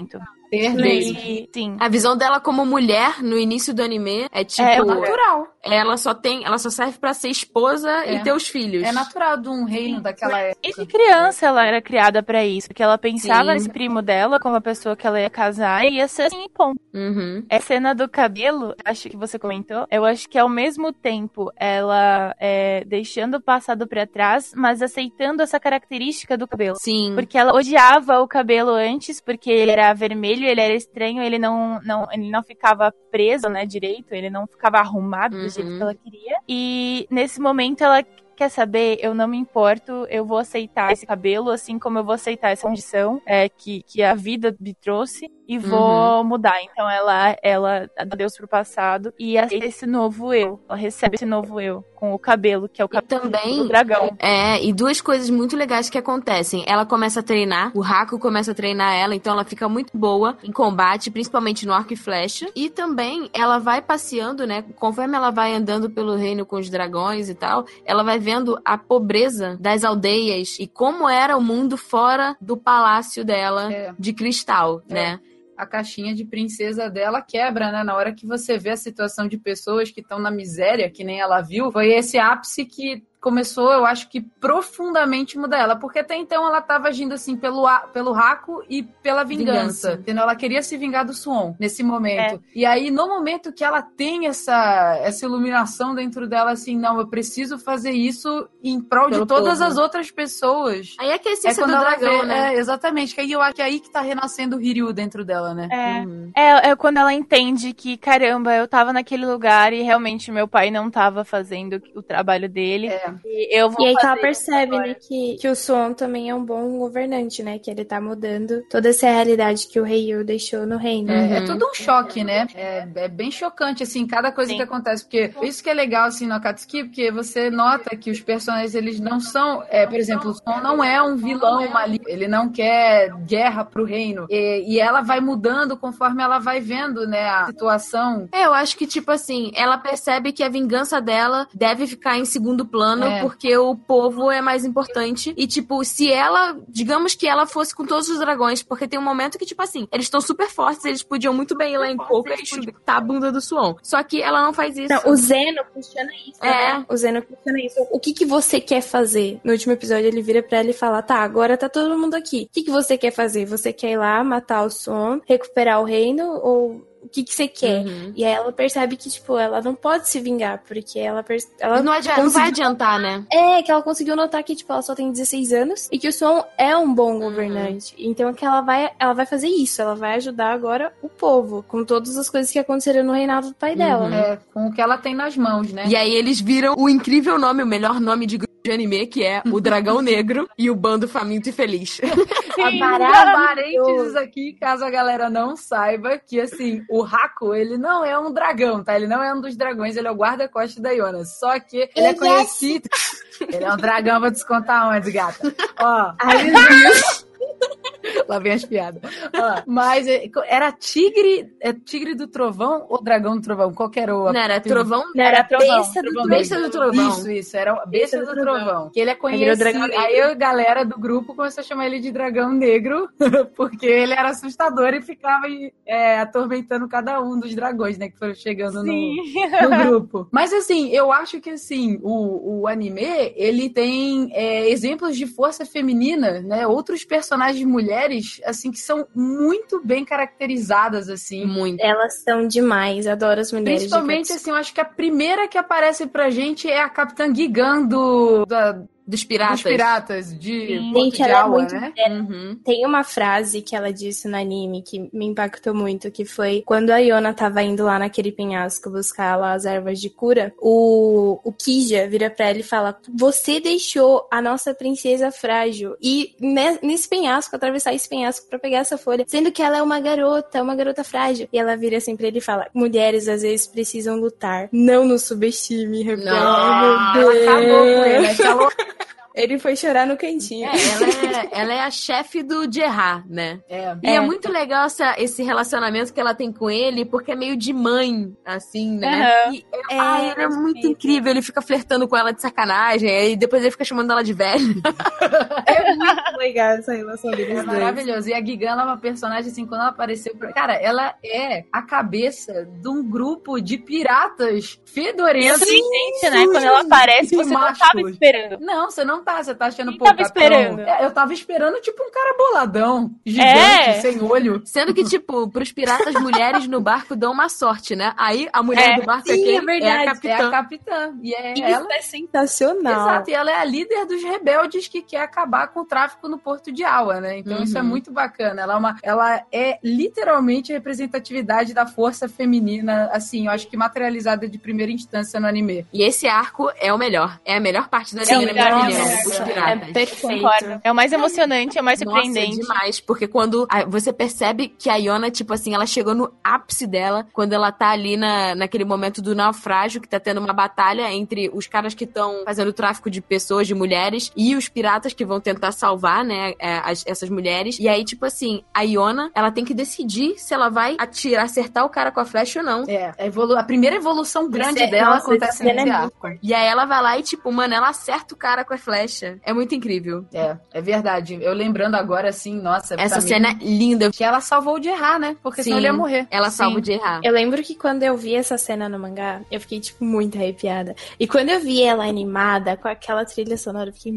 [SPEAKER 1] Ter dele.
[SPEAKER 4] Sim.
[SPEAKER 2] A visão dela como mulher no início do anime é tipo...
[SPEAKER 4] É natural.
[SPEAKER 2] Ela só serve pra ser esposa e ter os filhos.
[SPEAKER 1] É natural de um reino daquela época.
[SPEAKER 4] E de criança ela era criada pra isso, porque ela pensava
[SPEAKER 2] Sim.
[SPEAKER 4] nesse primo dela como a pessoa que ela ia casar e ia ser assim, ponto.
[SPEAKER 2] Uhum.
[SPEAKER 4] A cena do cabelo, acho que você comentou, eu acho que ao mesmo tempo ela deixando o passado pra trás, mas aceitando essa característica do cabelo.
[SPEAKER 2] Sim.
[SPEAKER 4] Porque ela odiava o cabelo antes, porque ele era vermelho, ele era estranho, ele não ficava preso, né, direito, ele não ficava arrumado do jeito que ela queria. E nesse momento ela quer saber, eu não me importo, eu vou aceitar esse cabelo, assim como eu vou aceitar essa condição que a vida me trouxe e vou mudar. Então ela dá Deus pro passado e aceita esse novo eu. Ela recebe esse novo eu com o cabelo, que é o cabelo do dragão.
[SPEAKER 2] E duas coisas muito legais que acontecem. Ela começa a treinar, o Haku começa a treinar ela, então ela fica muito boa em combate, principalmente no arco e flecha. E também ela vai passeando, né? Conforme ela vai andando pelo reino com os dragões e tal, ela vai vendo a pobreza das aldeias e como era o mundo fora do palácio dela de cristal, né?
[SPEAKER 1] A caixinha de princesa dela quebra, né? Na hora que você vê a situação de pessoas que estão na miséria, que nem ela viu, foi esse ápice que começou, eu acho que profundamente mudar ela, porque até então ela tava agindo assim pelo Haku e pela vingança. Entendeu? Ela queria se vingar do Suon nesse momento. E aí, no momento que ela tem essa iluminação dentro dela, assim, não, eu preciso fazer isso em prol de todas as outras pessoas.
[SPEAKER 2] Aí é que a essência do dragão, né?
[SPEAKER 1] Exatamente, que aí eu acho que é aí que tá renascendo o Hiryu dentro dela, né?
[SPEAKER 4] É quando ela entende que, caramba, eu tava naquele lugar e realmente meu pai não tava fazendo o trabalho dele. E eu vou
[SPEAKER 3] aí que ela
[SPEAKER 4] fazer
[SPEAKER 3] percebe, né, que o Suon também é um bom governante, né? Que ele tá mudando toda essa realidade que o Rei deixou no reino.
[SPEAKER 1] É tudo um choque, né? É bem chocante, assim, cada coisa que acontece. Porque isso que é legal, assim, no Akatsuki, porque você nota que os personagens, eles não são... por exemplo, o Suon não é um vilão maligno. Ele não quer guerra pro reino. E ela vai mudando conforme ela vai vendo, né, a situação.
[SPEAKER 2] Eu acho que, tipo assim, ela percebe que a vingança dela deve ficar em segundo plano, porque o povo é mais importante. E, tipo, se ela... Digamos que ela fosse com todos os dragões, porque tem um momento que, tipo assim, eles estão super fortes, eles podiam muito bem ir lá em Coca e chutar a bunda do Suon. Só que ela não faz isso.
[SPEAKER 3] Não, o Zeno questiona isso, né? O Zeno questiona isso. O que você quer fazer? No último episódio, ele vira pra ela e fala, tá, agora tá todo mundo aqui. O que você quer fazer? Você quer ir lá, matar o Suon, recuperar o reino, ou... O que você quer? E aí ela percebe que, tipo, ela não pode se vingar, porque ela
[SPEAKER 2] não vai adiantar, né?
[SPEAKER 3] Que ela conseguiu notar que, tipo, ela só tem 16 anos e que o Suon é um bom governante. Então, que ela vai fazer isso. Ela vai ajudar agora o povo, com todas as coisas que aconteceram no reinado do pai dela.
[SPEAKER 1] Com o que ela tem nas mãos, né?
[SPEAKER 2] E aí eles viram o incrível nome, o melhor nome de anime, que é o Dragão Negro e o Bando Faminto e Feliz.
[SPEAKER 1] Parênteses aqui, caso a galera não saiba, que assim, o Haku, ele não é um dragão, tá? Ele não é um dos dragões, ele é o guarda-costas da Yona. Só que ele é conhecido... Ele é um dragão, vou descontar onde, gata? Ó. Ai, meu Deus. Lá vem as piadas. Mas era tigre do trovão ou dragão do trovão? Qual que era o...
[SPEAKER 2] Não, era trovão?
[SPEAKER 3] Não, era besta
[SPEAKER 2] do trovão.
[SPEAKER 1] Isso. Era a besta do trovão. Que ele é conhecido. Aí a galera do grupo começou a chamar ele de dragão negro, porque ele era assustador e ficava atormentando cada um dos dragões, né? Que foram chegando no grupo. Mas assim, eu acho que assim, o anime, ele tem exemplos de força feminina, né? Outros personagens mulheres, assim, que são muito bem caracterizadas, assim.
[SPEAKER 2] Muito.
[SPEAKER 3] Elas são demais, adoro as mulheres.
[SPEAKER 1] Principalmente, assim, eu acho que a primeira que aparece pra gente é a Capitã Gigan dos piratas de
[SPEAKER 3] Gente, ela é muito
[SPEAKER 1] né?
[SPEAKER 3] Tem uma frase que ela disse no anime que me impactou muito, que foi quando a Yona tava indo lá naquele penhasco buscar lá as ervas de cura, o Kija vira pra ela e fala, você deixou a nossa princesa frágil e nesse penhasco, atravessar esse penhasco pra pegar essa folha, sendo que ela é uma garota frágil. E ela vira assim pra ele e fala, mulheres às vezes precisam lutar, não nos subestime, Rafael.
[SPEAKER 1] Ela acabou com ele,
[SPEAKER 3] Ele foi chorar no cantinho.
[SPEAKER 2] Ela é a chefe do Gerard, né? E é muito legal esse relacionamento que ela tem com ele, porque é meio de mãe, assim, né? E, ele é muito incrível. Ele fica flertando com ela de sacanagem, e depois ele fica chamando ela de velho.
[SPEAKER 3] É muito legal essa relação deles
[SPEAKER 1] É
[SPEAKER 3] dois.
[SPEAKER 1] maravilhoso. E a Gigan, ela é uma personagem, assim, quando ela apareceu... Cara, ela é a cabeça de um grupo de piratas fedorentos.
[SPEAKER 4] Sim, gente, né? Quando ela aparece, você não tava esperando.
[SPEAKER 1] Não, você não tá. Você tá achando,
[SPEAKER 4] Quem
[SPEAKER 1] pô,
[SPEAKER 4] tava
[SPEAKER 1] capitão.
[SPEAKER 4] esperando?
[SPEAKER 1] Eu tava esperando, tipo, um cara boladão, gigante, sem olho.
[SPEAKER 2] Sendo que, tipo, pros piratas, mulheres no barco dão uma sorte, né? Aí a mulher do barco
[SPEAKER 3] Sim,
[SPEAKER 2] é
[SPEAKER 3] é verdade.
[SPEAKER 2] a capitã.
[SPEAKER 1] É a capitã. E é
[SPEAKER 3] Isso
[SPEAKER 1] ela...
[SPEAKER 3] é sensacional.
[SPEAKER 1] Exato, e ela é a líder dos rebeldes que quer acabar com o tráfico no Porto de Awa, né? Então isso é muito bacana. Ela é literalmente a representatividade da força feminina, assim, eu acho que materializada de primeira instância no anime.
[SPEAKER 2] E esse arco é o melhor. É a melhor parte do anime,
[SPEAKER 3] Sim,
[SPEAKER 2] na minha
[SPEAKER 4] nossa,
[SPEAKER 2] opinião. Os piratas.
[SPEAKER 3] É perfeito.
[SPEAKER 4] Concordo. É o mais emocionante, é o mais surpreendente.
[SPEAKER 2] Nossa, é demais, porque quando você percebe que a Iona, tipo assim, ela chegou no ápice dela, quando ela tá ali naquele momento do naufrágio, que tá tendo uma batalha entre os caras que estão fazendo tráfico de pessoas, de mulheres, e os piratas que vão tentar salvar, né, essas mulheres. E aí, tipo assim, a Iona, ela tem que decidir se ela vai acertar o cara com a flecha ou não.
[SPEAKER 1] A primeira evolução grande dela acontece nesse arco.
[SPEAKER 2] E aí ela vai lá e, tipo, mano, ela acerta o cara com a flecha. É muito incrível.
[SPEAKER 1] É verdade. Eu lembrando agora, assim, nossa...
[SPEAKER 2] Essa cena é linda.
[SPEAKER 1] Que ela salvou de errar, né? Porque senão ele ia morrer.
[SPEAKER 2] Ela salva de errar.
[SPEAKER 3] Eu lembro que quando eu vi essa cena no mangá, eu fiquei, tipo, muito arrepiada. E quando eu vi ela animada, com aquela trilha sonora, eu fiquei...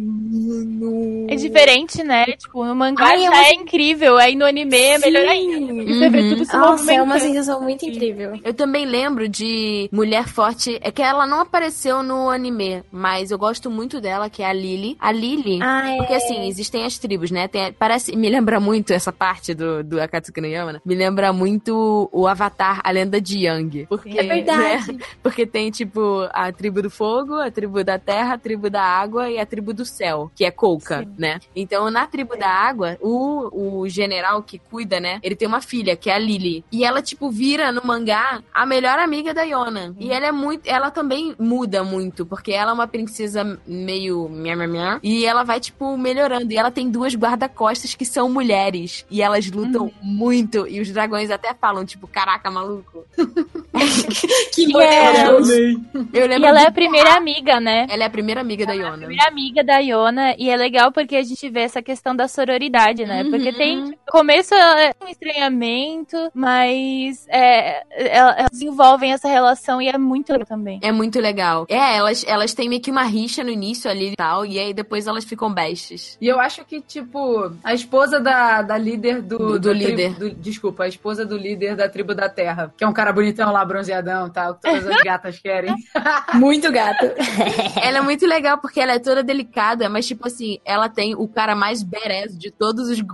[SPEAKER 4] É diferente, né? Tipo, no mangá já é incrível, aí no anime é melhor ainda. Porque você vê tudo se
[SPEAKER 3] Nossa,
[SPEAKER 4] movimentando.
[SPEAKER 3] é uma sensação muito incrível.
[SPEAKER 2] Eu também lembro de Mulher Forte, é que ela não apareceu no anime, mas eu gosto muito dela, que é a Lily. A Lily, porque assim, existem as tribos, né? Me lembra muito essa parte do Akatsuki no Yama, né? Me lembra muito o Avatar, a lenda de Yang. Porque,
[SPEAKER 3] É verdade.
[SPEAKER 2] Né? Porque tem, tipo, a tribo do fogo, a tribo da terra, a tribo da água e a tribo do céu, que é Kouka, né? Então, na tribo da água, o general que cuida, né? Ele tem uma filha, que é a Lily. E ela, tipo, vira no mangá a melhor amiga da Yona. E ela também muda muito, porque ela é uma princesa meio e ela vai, tipo, melhorando. E ela tem duas guarda-costas que são mulheres. E elas lutam muito. E os dragões até falam, tipo, caraca, maluco.
[SPEAKER 3] Que maravilhoso.
[SPEAKER 2] Eu lembro
[SPEAKER 4] E ela é a primeira amiga, né?
[SPEAKER 2] Ela é a primeira amiga da Yona.
[SPEAKER 4] Primeira amiga da Yona, e é legal porque a gente vê essa questão da sororidade, né? Porque tem, no começo é um estranhamento, mas elas desenvolvem essa relação e é muito legal também.
[SPEAKER 2] É muito legal. Elas têm meio que uma rixa no início ali e tal, e aí depois elas ficam bestas.
[SPEAKER 1] E eu acho que, tipo, a esposa da líder do
[SPEAKER 2] líder.
[SPEAKER 1] Desculpa, a esposa do líder da tribo da terra, que é um cara bonitão lá, bronzeadão e tal, que todas as gatas querem.
[SPEAKER 3] Muito gato.
[SPEAKER 2] Ela é muito legal porque ela é toda delicada, mas, tipo assim, ela tem o cara mais badass de todos os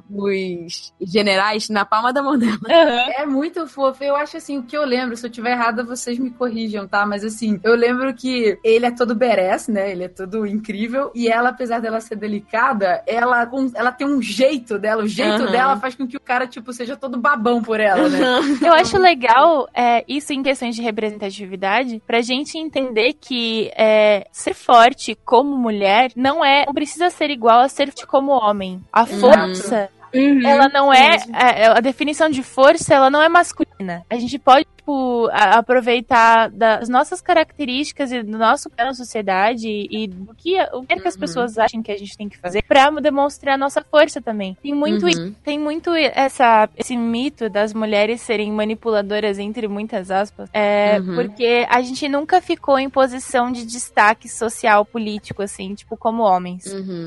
[SPEAKER 2] generais na palma da mão dela.
[SPEAKER 1] É muito fofo. Eu acho, assim, o que eu lembro, se eu tiver errada, vocês me corrijam, tá? Mas, assim, eu lembro que ele é todo badass, né? Ele é todo incrível. E ela, apesar dela ser delicada, ela tem um jeito dela. O jeito dela faz com que o cara, tipo, seja todo babão por ela, né?
[SPEAKER 4] Eu acho legal isso em questões de representatividade, pra gente entender que ser forte como mulher não precisa ser igual a ser forte como homem. A força... ela não a definição de força, ela não é masculina. A gente pode, tipo, aproveitar das nossas características e do nosso pé na sociedade e do que as pessoas acham que a gente tem que fazer pra demonstrar a nossa força também. Tem muito esse mito das mulheres serem manipuladoras, entre muitas aspas, porque a gente nunca ficou em posição de destaque social, político, assim, tipo, como homens.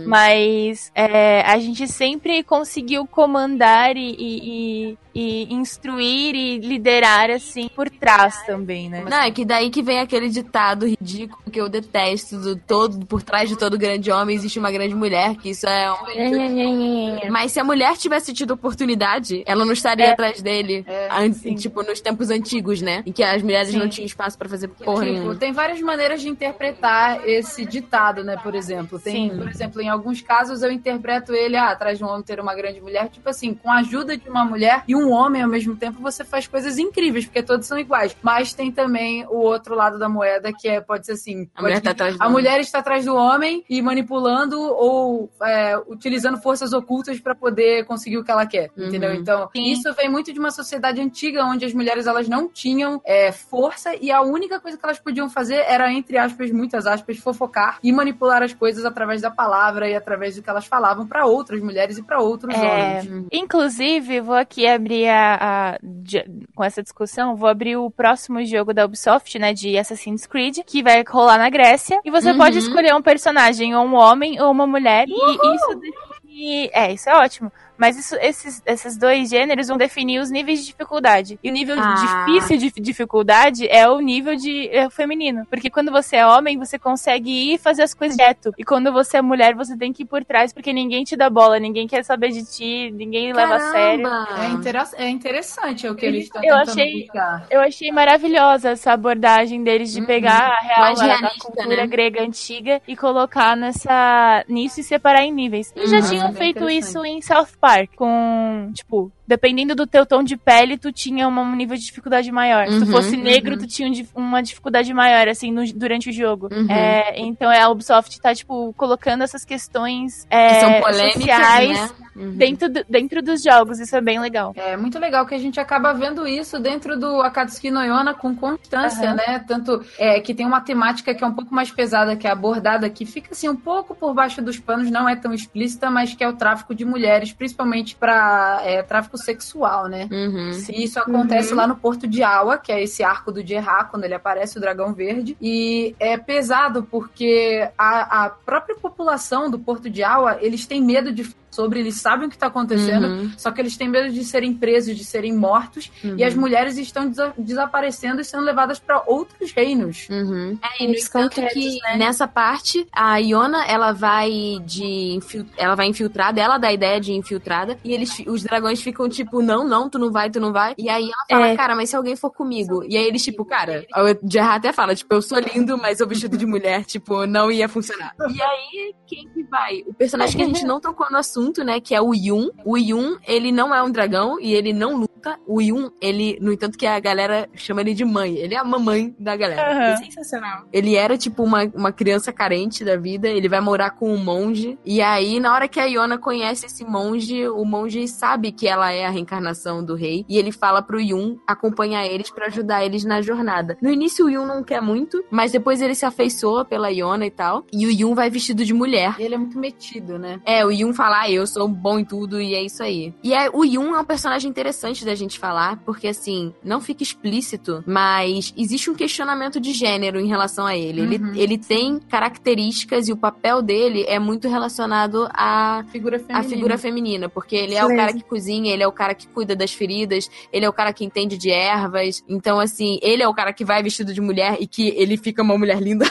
[SPEAKER 4] Mas a gente sempre conseguiu comandar e instruir e liderar, assim, por trás também, né?
[SPEAKER 2] Não, é que daí que vem aquele ditado ridículo que eu detesto, por trás de todo grande homem existe uma grande mulher, que isso é Mas se a mulher tivesse tido oportunidade, ela não estaria atrás dele, tipo, nos tempos antigos, né? Em que as mulheres não tinham espaço pra fazer porra nenhuma.
[SPEAKER 1] Tem várias maneiras de interpretar esse ditado, né, por exemplo. Por exemplo, em alguns casos eu interpreto ele, atrás de um homem ter uma grande mulher, tipo assim, com a ajuda de uma mulher e um homem ao mesmo tempo, você faz coisas incríveis, porque todas todos são iguais. Mas tem também o outro lado da moeda, que pode ser assim...
[SPEAKER 2] A
[SPEAKER 1] mulher está atrás do homem e manipulando ou utilizando forças ocultas para poder conseguir o que ela quer, entendeu? Então, isso vem muito de uma sociedade antiga, onde as mulheres elas não tinham força e a única coisa que elas podiam fazer era, entre aspas, muitas aspas, fofocar e manipular as coisas através da palavra e através do que elas falavam para outras mulheres e para outros homens.
[SPEAKER 4] Inclusive, vou aqui abrir com essa discussão, vou abrir o próximo jogo da Ubisoft, né, de Assassin's Creed, que vai rolar na Grécia, e você pode escolher um personagem, ou um homem ou uma mulher, e isso define... isso é ótimo. Mas esses dois gêneros vão definir os níveis de dificuldade. E o nível difícil de dificuldade é o nível feminino. Porque quando você é homem, você consegue ir fazer as coisas direto. E quando você é mulher, você tem que ir por trás, porque ninguém te dá bola, ninguém quer saber de ti, ninguém leva a sério.
[SPEAKER 1] É interessante o que eles estão tentando buscar.
[SPEAKER 4] Eu achei maravilhosa essa abordagem deles de pegar a cultura grega antiga e colocar nisso e separar em níveis. Eles já tinham feito isso em South Park, com, tipo, dependendo do teu tom de pele, tu tinha um nível de dificuldade maior. Se tu fosse negro, tu tinha uma dificuldade maior, assim, durante o jogo. Então a Ubisoft tá, tipo, colocando essas questões
[SPEAKER 2] que são polêmicas,
[SPEAKER 4] sociais,
[SPEAKER 2] né?
[SPEAKER 4] dentro dos jogos. Isso é bem legal.
[SPEAKER 1] É muito legal que a gente acaba vendo isso dentro do Akatsuki no Yona com constância, né? Tanto que tem uma temática que é um pouco mais pesada, que é abordada, que fica, assim, um pouco por baixo dos panos, não é tão explícita, mas que é o tráfico de mulheres, principalmente para tráfico sexual, né? E isso acontece lá no Porto de Awa, que é esse arco do Gerard, quando ele aparece, o Dragão Verde. E é pesado porque a própria população do Porto de Awa, eles têm medo eles sabem o que está acontecendo, só que eles têm medo de serem presos, de serem mortos, e as mulheres estão desaparecendo e sendo levadas para outros reinos.
[SPEAKER 2] E no entanto que nessa parte, a Yona, ela vai infiltrada, ela dá a ideia de infiltrada, e os dragões ficam tipo, não, tu não vai. E aí ela fala, cara, mas se alguém for comigo? E aí eles, tipo, cara, o Gerard até fala, tipo, eu sou lindo, mas eu vestido de mulher, tipo, não ia funcionar. E aí, quem que vai? O personagem que a gente não tocou no assunto, né, que é o Yun. O Yun, ele não é um dragão e ele não luta. O Yun, ele, no entanto que a galera chama ele de mãe. Ele é a mamãe da galera.
[SPEAKER 3] É sensacional.
[SPEAKER 2] Ele era, tipo, uma criança carente da vida. Ele vai morar com um monge. E aí, na hora que a Yona conhece esse monge, o monge sabe que ela é a reencarnação do rei. E ele fala pro Yun acompanhar eles pra ajudar eles na jornada. No início, o Yun não quer muito, mas depois ele se afeiçoa pela Yona e tal. E o Yun vai vestido de mulher.
[SPEAKER 1] E ele é muito metido, né?
[SPEAKER 2] O Yun fala, eu sou bom em tudo e é isso aí. E o Yun é um personagem interessante da gente falar, porque assim, não fica explícito, mas existe um questionamento de gênero em relação a ele. Ele tem características e o papel dele é muito relacionado à figura feminina, porque ele é o cara que cozinha, ele é o cara que cuida das feridas, ele é o cara que entende de ervas. Então, assim, ele é o cara que vai vestido de mulher e que ele fica uma mulher linda.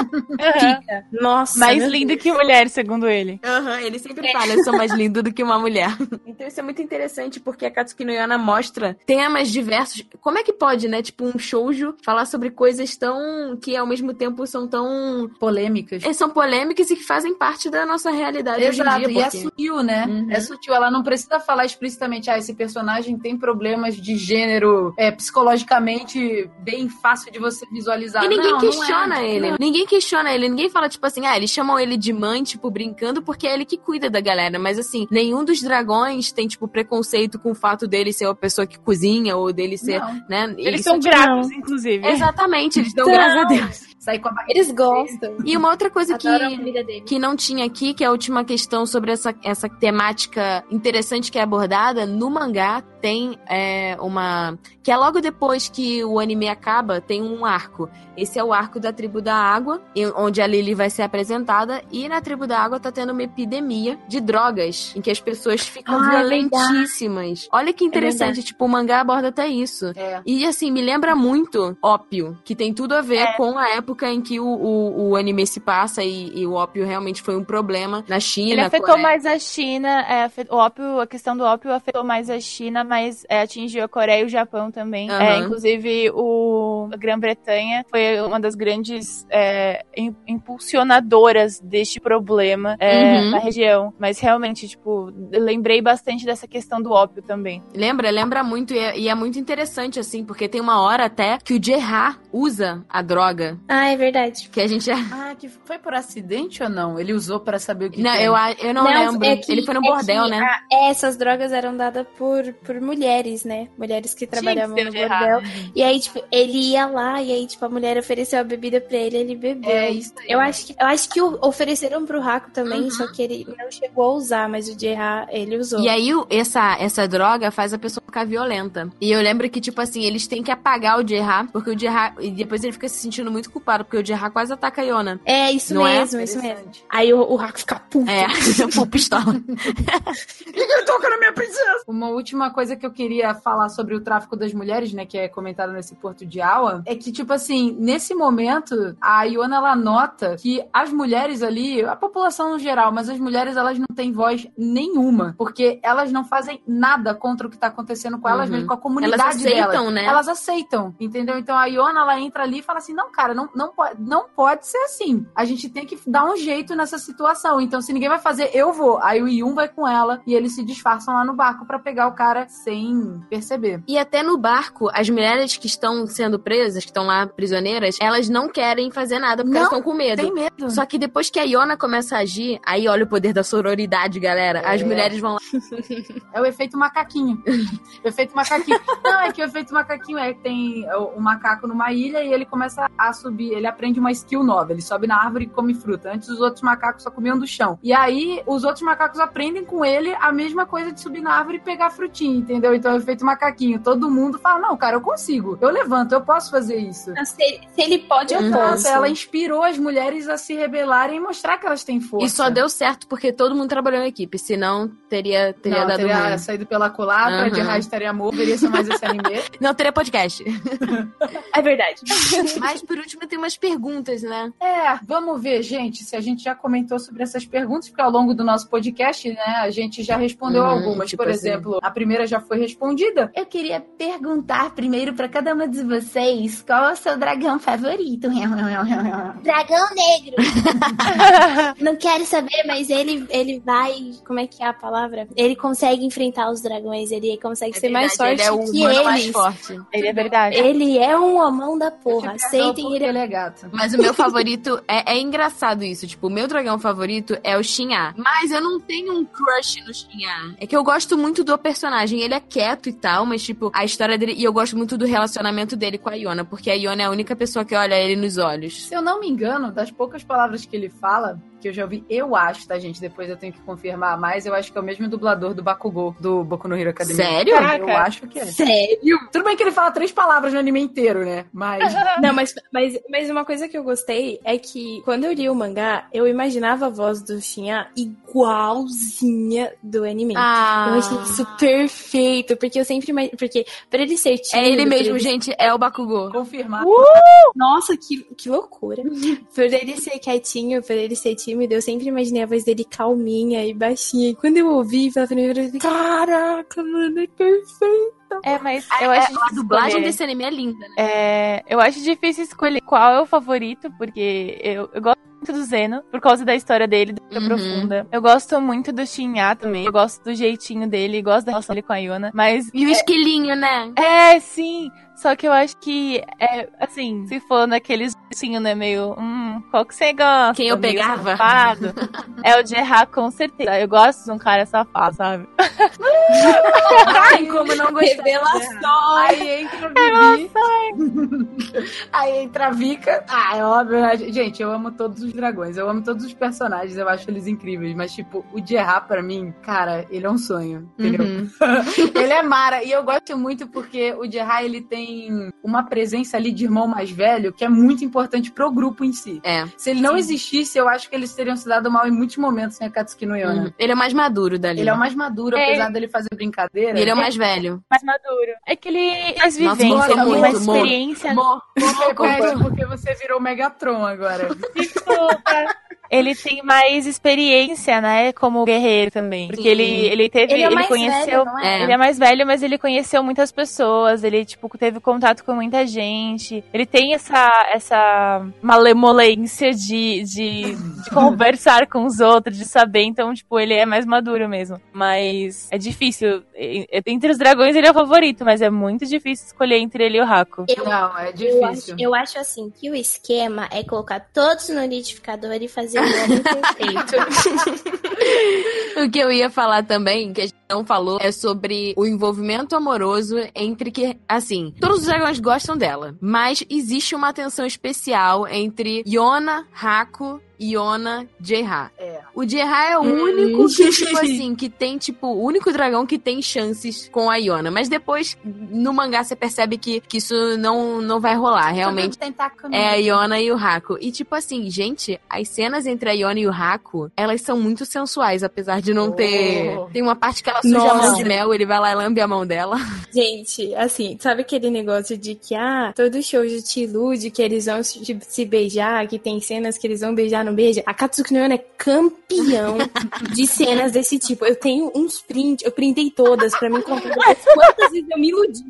[SPEAKER 3] Fica. Nossa.
[SPEAKER 4] Mais lindo que mulher, segundo ele.
[SPEAKER 2] Ele sempre fala, eu sou mais lindo do que uma mulher. Então isso é muito interessante, porque a Akatsuki no Yona mostra temas diversos. Como é que pode, né? Tipo, um shoujo falar sobre coisas que ao mesmo tempo são tão...
[SPEAKER 1] polêmicas.
[SPEAKER 2] São polêmicas e que fazem parte da nossa realidade hoje em dia.
[SPEAKER 1] E é sutil, né? É sutil. Ela não precisa falar explicitamente, esse personagem tem problemas de gênero psicologicamente bem fácil de você visualizar.
[SPEAKER 2] E ninguém questiona ele. Ninguém questiona ele. Ninguém fala, tipo assim, eles chamam ele de mãe, tipo, brincando, porque é ele que cuida da galera. Mas assim, nenhum dos dragões tem, tipo, preconceito com o fato dele ser uma pessoa que cozinha ou dele ser, né?
[SPEAKER 4] Eles são gratos, inclusive.
[SPEAKER 2] Exatamente, eles dão graças a Deus.
[SPEAKER 1] Sair com a
[SPEAKER 3] Eles gostam.
[SPEAKER 2] E uma outra coisa
[SPEAKER 3] que
[SPEAKER 2] não tinha aqui, que é a última questão sobre essa temática interessante que é abordada, no mangá tem uma... que é logo depois que o anime acaba, tem um arco. Esse é o arco da Tribo da Água, onde a Lily vai ser apresentada, e na Tribo da Água tá tendo uma epidemia de drogas, em que as pessoas ficam violentíssimas. Olha que interessante, tipo, o mangá aborda até isso. E assim, me lembra muito Ópio, que tem tudo a ver com a época época em que o anime se passa e o ópio realmente foi um problema na China.
[SPEAKER 4] Ele afetou mais a China, a questão do ópio afetou mais a China, mas atingiu a Coreia e o Japão também. Inclusive, a Grã-Bretanha foi uma das grandes impulsionadoras deste problema na região. Mas realmente, tipo, lembrei bastante dessa questão do ópio também.
[SPEAKER 2] Lembra muito, e é muito interessante, assim, porque tem uma hora até que o Jae-ha usa a droga.
[SPEAKER 3] Ah, é verdade.
[SPEAKER 2] Que a gente...
[SPEAKER 1] que foi por acidente ou não? Ele usou pra saber o que
[SPEAKER 2] Não,
[SPEAKER 1] tem?
[SPEAKER 2] eu não lembro. Ele foi no bordel, né?
[SPEAKER 3] Essas drogas eram dadas por mulheres, né? Mulheres que trabalhavam no bordel. E aí, tipo, ele ia lá e aí, tipo, a mulher ofereceu a bebida pra ele bebeu.
[SPEAKER 1] É isso aí.
[SPEAKER 3] Eu acho que ofereceram pro Haku também, só que ele não chegou a usar, mas o Jae-ha, ele usou.
[SPEAKER 2] E aí, essa droga faz a pessoa ficar violenta. E eu lembro que, tipo assim, eles têm que apagar o Jae-ha, porque o Jae-ha... E depois ele fica se sentindo muito culpado, porque o Jae-ha quase ataca a Yona.
[SPEAKER 3] É, isso mesmo, isso mesmo. Aí o Haku fica puto.
[SPEAKER 2] Pô, pistola.
[SPEAKER 1] Ninguém toca na minha princesa! Uma última coisa que eu queria falar sobre o tráfico das mulheres, né, que é comentado nesse Porto de Awa, é que, tipo assim, nesse momento, a Yona, ela nota que as mulheres ali, a população no geral, mas as mulheres, elas não têm voz nenhuma, porque elas não fazem nada contra o que tá acontecendo com elas mesmo, com a comunidade
[SPEAKER 2] elas aceitam,
[SPEAKER 1] delas.
[SPEAKER 2] né?
[SPEAKER 1] Elas aceitam, entendeu? Então a Yona, ela entra ali e fala assim, não, cara, não pode ser assim. A gente tem que dar um jeito nessa situação. Então, se ninguém vai fazer, eu vou. Aí o Yun vai com ela e eles se disfarçam lá no barco pra pegar o cara sem perceber.
[SPEAKER 2] E até no barco, as mulheres que estão sendo presas, que estão lá prisioneiras, elas não querem fazer nada porque elas estão com medo.
[SPEAKER 1] Tem medo.
[SPEAKER 2] Só que depois que a Yona começa a agir, aí olha o poder da sororidade, galera. As mulheres vão lá.
[SPEAKER 1] É o efeito macaquinho. O efeito macaquinho. Não, é que o efeito macaquinho é que tem o macaco numa ilha e ele começa a subir, ele aprende uma skill nova, ele sobe na árvore e come fruta. Antes os outros macacos só comiam do chão. E aí os outros macacos aprendem com ele a mesma coisa de subir na árvore e pegar frutinha, entendeu? Então é o efeito macaquinho. Todo mundo fala, não, cara, eu consigo. Eu levanto, eu posso fazer isso.
[SPEAKER 3] Se ele pode, eu posso.
[SPEAKER 1] Ela inspirou as mulheres a se rebelarem e mostrar que elas têm força.
[SPEAKER 2] E só deu certo porque todo mundo trabalhou em equipe, senão teria dado ruim.
[SPEAKER 1] Saído pela culatra, de raiz estaria amor, veria ser mais esse anime.
[SPEAKER 2] Não teria podcast.
[SPEAKER 3] É verdade.
[SPEAKER 2] Mas por último tem umas perguntas, né?
[SPEAKER 1] Vamos ver, gente, se a gente já comentou sobre essas perguntas, porque ao longo do nosso podcast, né, a gente já respondeu algumas.
[SPEAKER 2] Tipo
[SPEAKER 1] por
[SPEAKER 2] assim.
[SPEAKER 1] exemplo, a primeira já foi respondida.
[SPEAKER 7] Eu queria perguntar primeiro pra cada uma de vocês qual é o seu dragão favorito.
[SPEAKER 3] Dragão negro. Não quero saber, mas ele vai... Como é que é a palavra? Ele consegue enfrentar os dragões, ele consegue ser mais forte
[SPEAKER 2] ele é o
[SPEAKER 3] que
[SPEAKER 2] humano
[SPEAKER 3] eles.
[SPEAKER 2] mais forte.
[SPEAKER 4] Ele é verdade.
[SPEAKER 3] Ele é um homão da porra. Aceitem ele.
[SPEAKER 1] Ele é gato.
[SPEAKER 2] Mas o meu favorito é engraçado isso. Tipo, o meu dragão favorito é o Shin-A. Mas eu não tenho um crush no Shin-A. É que eu gosto muito do personagem. Ele é quieto e tal, mas, tipo, a história dele... E eu gosto muito do relacionamento dele com a Yona, porque a Yona é a única pessoa que olha ele nos olhos.
[SPEAKER 1] Se eu não me engano, das poucas palavras que ele fala, que eu já ouvi, eu acho, tá, gente? Depois eu tenho que confirmar mais. Eu acho que é o mesmo dublador do Bakugou, do Boku no Hero Academia.
[SPEAKER 2] Sério?
[SPEAKER 1] Caraca. Eu acho que é.
[SPEAKER 3] Sério?
[SPEAKER 1] Tudo bem que ele fala 3 palavras no anime inteiro, né? Mas...
[SPEAKER 3] Não, mas uma coisa que eu gostei é que quando eu li o mangá, eu imaginava a voz do Shin-A igualzinha do anime. Eu achei isso perfeito, porque eu sempre imaginei... Porque pra ele ser tímido...
[SPEAKER 2] É ele mesmo, gente. É o Bakugou.
[SPEAKER 1] Confirmar.
[SPEAKER 3] Nossa, que loucura. Por ele ser quietinho, por ele ser tímido, eu sempre imaginei a voz dele calminha e baixinha. E quando eu ouvi pela primeira vez, eu falei, caraca, mano, é perfeito.
[SPEAKER 4] Mas eu acho
[SPEAKER 2] a dublagem desse anime é linda, né?
[SPEAKER 4] Eu acho difícil escolher qual é o favorito, porque eu gosto muito do Zeno, por causa da história dele, da história profunda. Eu gosto muito do Shin-A também, eu gosto do jeitinho dele, gosto da relação dele com a Yona, mas...
[SPEAKER 2] E o esquilinho, né?
[SPEAKER 4] Sim, só que eu acho que, assim, se for naqueles jeitinho, né, meio, qual que você gosta?
[SPEAKER 2] Quem eu pegava?
[SPEAKER 4] Safado, é o Jae-ha, com certeza. Eu gosto de um cara safado, sabe?
[SPEAKER 2] Ai, como não gostei.
[SPEAKER 3] Revelações!
[SPEAKER 1] Aí entra a Vivi. Aí entra a Vika. É óbvio, né? Gente, eu amo todos os dragões. Eu amo todos os personagens. Eu acho eles incríveis. Mas, tipo, o Jae-ha, pra mim, cara, ele é um sonho. Entendeu? Ele é mara. E eu gosto muito porque o Jae-ha, ele tem tem uma presença ali de irmão mais velho que é muito importante pro grupo em si. Se ele não existisse, eu acho que eles teriam se dado mal em muitos momentos sem a Katsuki no Yona.
[SPEAKER 2] Ele é o mais maduro dali.
[SPEAKER 1] Ele é o mais maduro, apesar dele fazer brincadeira.
[SPEAKER 2] E ele é o mais velho.
[SPEAKER 4] Mais maduro. É que ele é mais vivência, tem mais experiência.
[SPEAKER 1] Porque você virou Megatron agora.
[SPEAKER 4] Desculpa. Ele tem mais experiência, né, como guerreiro também. Porque ele conheceu...
[SPEAKER 7] Velho,
[SPEAKER 4] Ele é mais velho, mas ele conheceu muitas pessoas. Ele, tipo, teve contato com muita gente. Ele tem essa malemolência de conversar com os outros, de saber. Então, tipo, ele é mais maduro mesmo. Mas é difícil. Entre os dragões, ele é o favorito. Mas é muito difícil escolher entre ele e o Haku.
[SPEAKER 1] Não, é difícil.
[SPEAKER 6] Eu acho assim, que o esquema é colocar todos no liquidificador e fazer perfeito.
[SPEAKER 2] O que eu ia falar também, que a gente não falou, é sobre o envolvimento amoroso entre que, assim, todos os dragões gostam dela, mas existe uma atenção especial entre Yona, Haku, Yona, J-Ha. O J-Ha é o único que, tipo assim, que tem, tipo, o único dragão que tem chances com a Yona. Mas depois, no mangá, você percebe que isso não vai rolar, realmente. É a Yona e o Haku. E, tipo assim, gente, as cenas entre a Yona e o Haku, elas são muito sensuais, apesar de não ter... Tem uma parte que ela suja a mão de mel, ele vai lá e lambe a mão dela.
[SPEAKER 3] Gente, assim, sabe aquele negócio de que, todo show te ilude, que eles vão se beijar, que tem cenas que eles vão beijar no beijo? A Katsuki no Yona é campeão de cenas desse tipo. Eu tenho uns prints, eu printei todas pra mim contar quantas vezes eu me iludi.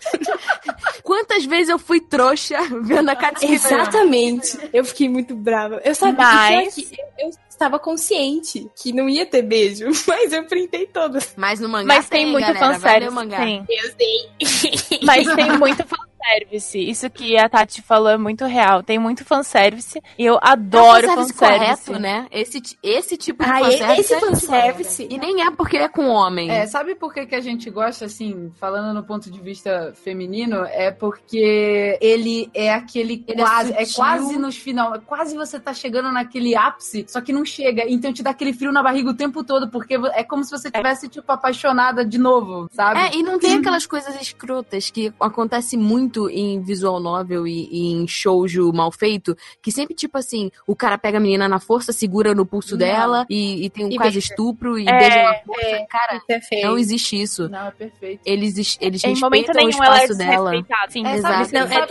[SPEAKER 2] Quantas vezes eu fui trouxa vendo a Katsuki no Yona?
[SPEAKER 3] Exatamente. Eu fiquei muito brava. Eu sabia que eu estava consciente que não ia ter beijo, mas eu printei todas.
[SPEAKER 2] Mas no mangá
[SPEAKER 4] tem muito
[SPEAKER 2] galera,
[SPEAKER 4] fanservice.
[SPEAKER 2] Tem.
[SPEAKER 6] Eu sei.
[SPEAKER 4] Mas tem muito fanservice. Isso que a Tati falou é muito real. Tem muito fanservice e eu adoro fanservice.
[SPEAKER 2] Correto, né? Esse tipo de fanservice.
[SPEAKER 3] Esse fanservice.
[SPEAKER 2] E nem é porque é com homem.
[SPEAKER 1] Sabe por que a gente gosta, assim, falando no ponto de vista feminino? É porque ele é aquele quase... É quase nos final. Quase você tá chegando naquele ápice, só que não chega. Então te dá aquele frio na barriga o tempo todo, porque é como se você tivesse, tipo, apaixonada de novo, sabe?
[SPEAKER 2] E não tem aquelas coisas escrotas que acontece muito em visual novel e em shoujo mal feito, que sempre, tipo assim, o cara pega a menina na força, segura no pulso dela e tem um quase estupro e beija na força. Cara, não existe isso.
[SPEAKER 1] Não, é perfeito.
[SPEAKER 2] Eles
[SPEAKER 4] em momento
[SPEAKER 2] respeitam
[SPEAKER 4] nenhum
[SPEAKER 2] o espaço
[SPEAKER 4] ela
[SPEAKER 2] dela.
[SPEAKER 4] Sim,
[SPEAKER 2] exato.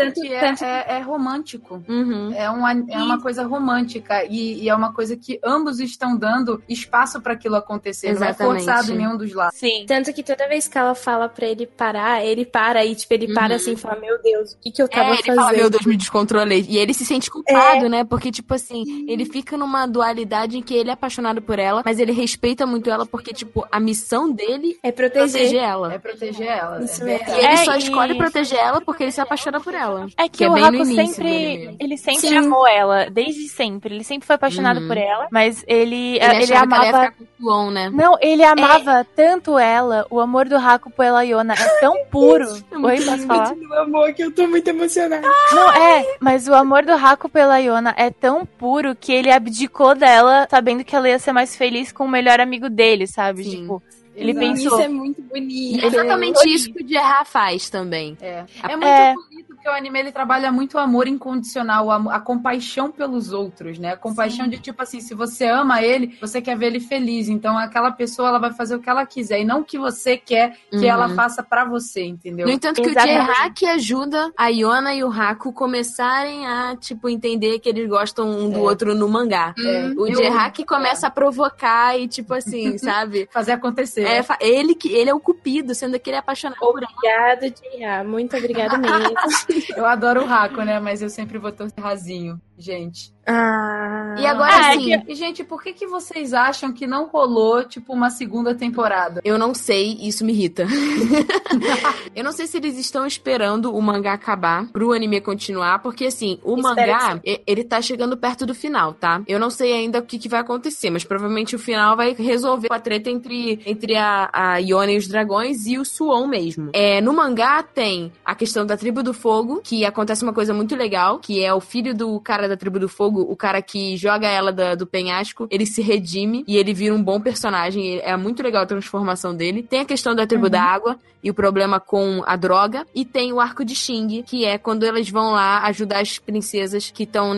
[SPEAKER 1] É romântico.
[SPEAKER 2] Uhum.
[SPEAKER 1] É uma coisa romântica e é uma coisa que ambos estão dando espaço pra aquilo acontecer.
[SPEAKER 2] Exatamente.
[SPEAKER 1] Não é forçado em nenhum dos lados.
[SPEAKER 4] Sim.
[SPEAKER 3] Tanto que toda vez que ela fala pra ele parar, ele para e, tipo, ele para assim e fala, meu Deus, o que eu tava fazendo?
[SPEAKER 2] Ele fala, meu Deus, me descontrolei. E ele se sente culpado, né? Porque, tipo assim, ele fica numa dualidade em que ele é apaixonado por ela, mas ele respeita muito ela porque, tipo, a missão dele
[SPEAKER 3] é proteger
[SPEAKER 1] ela. É proteger ela.
[SPEAKER 3] Isso mesmo.
[SPEAKER 2] E ele só escolhe proteger ela porque ele se apaixona por ela.
[SPEAKER 4] É que o Haku sempre amou ela, desde sempre. Ele sempre foi apaixonado por ela, mas ele amava...
[SPEAKER 2] Que ela ia ficar com o Suon, né?
[SPEAKER 4] Não, ele amava tanto ela, o amor do Haku pela Yona é tão puro. Oi, posso falar?
[SPEAKER 3] Meu amor, que eu tô muito emocionada.
[SPEAKER 4] Não, mas o amor do Haku pela Yona é tão puro que ele abdicou dela, sabendo que ela ia ser mais feliz com o melhor amigo dele, sabe?
[SPEAKER 2] Sim.
[SPEAKER 4] Tipo, ele
[SPEAKER 3] Exato.
[SPEAKER 4] pensou...
[SPEAKER 3] Isso é muito bonito.
[SPEAKER 2] E é exatamente isso que o J-Ha faz também.
[SPEAKER 1] É muito bonito porque o anime ele trabalha muito o amor incondicional, a compaixão pelos outros, né? A compaixão de tipo assim, se você ama ele, você quer ver ele feliz. Então aquela pessoa ela vai fazer o que ela quiser e não o que você quer que ela faça pra você, entendeu?
[SPEAKER 2] No entanto que o J-Ha que ajuda a Yona e o Haku começarem a, tipo, entender que eles gostam um do outro no mangá. O J-Ha que começa a provocar e, tipo assim, sabe?
[SPEAKER 1] Fazer acontecer.
[SPEAKER 2] Ele é o cupido, sendo que ele é apaixonado por ela.
[SPEAKER 3] Obrigada, J.A. Muito obrigada mesmo.
[SPEAKER 1] Eu adoro o Haku, né? Mas eu sempre vou ter rasinho, gente.
[SPEAKER 2] E agora sim.
[SPEAKER 1] E, gente, por que vocês acham que não rolou, tipo, uma segunda temporada?
[SPEAKER 2] Eu não sei, isso me irrita. Eu não sei se eles estão esperando o mangá acabar pro anime continuar, porque assim, o mangá, ele tá chegando perto do final, tá? Eu não sei ainda o que vai acontecer, mas provavelmente o final vai resolver a treta entre a Yona e os dragões e o Suon mesmo. No mangá tem a questão da Tribo do Fogo, que acontece uma coisa muito legal, que é o filho do cara da Tribo do Fogo, o cara que joga ela do penhasco, ele se redime e ele vira um bom personagem. É muito legal a transformação dele. Tem a questão da Tribo da Água e o problema com a droga. E tem o arco de Xing, que é quando elas vão lá ajudar as princesas que estão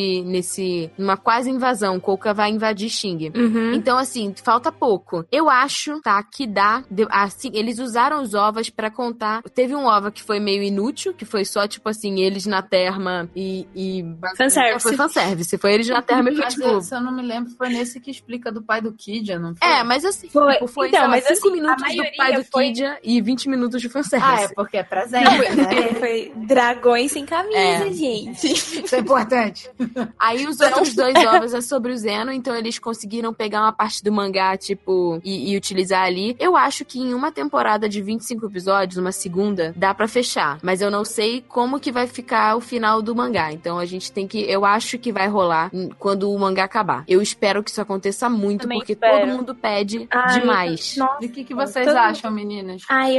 [SPEAKER 2] numa quase invasão. Kouka vai invadir Xing. Então, assim, falta pouco. Eu acho, tá, que dá... Assim, eles usaram os ovas pra contar... Teve um ova que foi meio inútil, que foi só, tipo assim, eles na terma e
[SPEAKER 3] fanservice.
[SPEAKER 2] Foi fanservice. Foi eles na terma e foi, tipo...
[SPEAKER 1] Se eu não me lembro, foi nesse que explica do pai do Kidia, não foi?
[SPEAKER 2] Mas assim,
[SPEAKER 3] foi
[SPEAKER 2] então, mas 5
[SPEAKER 3] assim,
[SPEAKER 2] minutos do pai do Kidia e 20 minutos de fanservice.
[SPEAKER 1] É porque é presente, né?
[SPEAKER 3] Foi dragões sem camisa, gente.
[SPEAKER 1] Isso é importante.
[SPEAKER 2] Aí os outros 2 ovos é sobre o Zeno, então eles conseguiram pegar uma parte do mangá, tipo, e utilizar ali. Eu acho que em uma temporada de 25 episódios, uma segunda, dá pra fechar. Mas eu não sei como que vai ficar o final do mangá. Então a gente tem que... Eu acho que vai rolar quando o mangá acabar. Eu espero que isso aconteça muito,
[SPEAKER 4] também
[SPEAKER 2] porque
[SPEAKER 4] espero.
[SPEAKER 2] Todo mundo pede demais.
[SPEAKER 1] E o que vocês acham, meninas?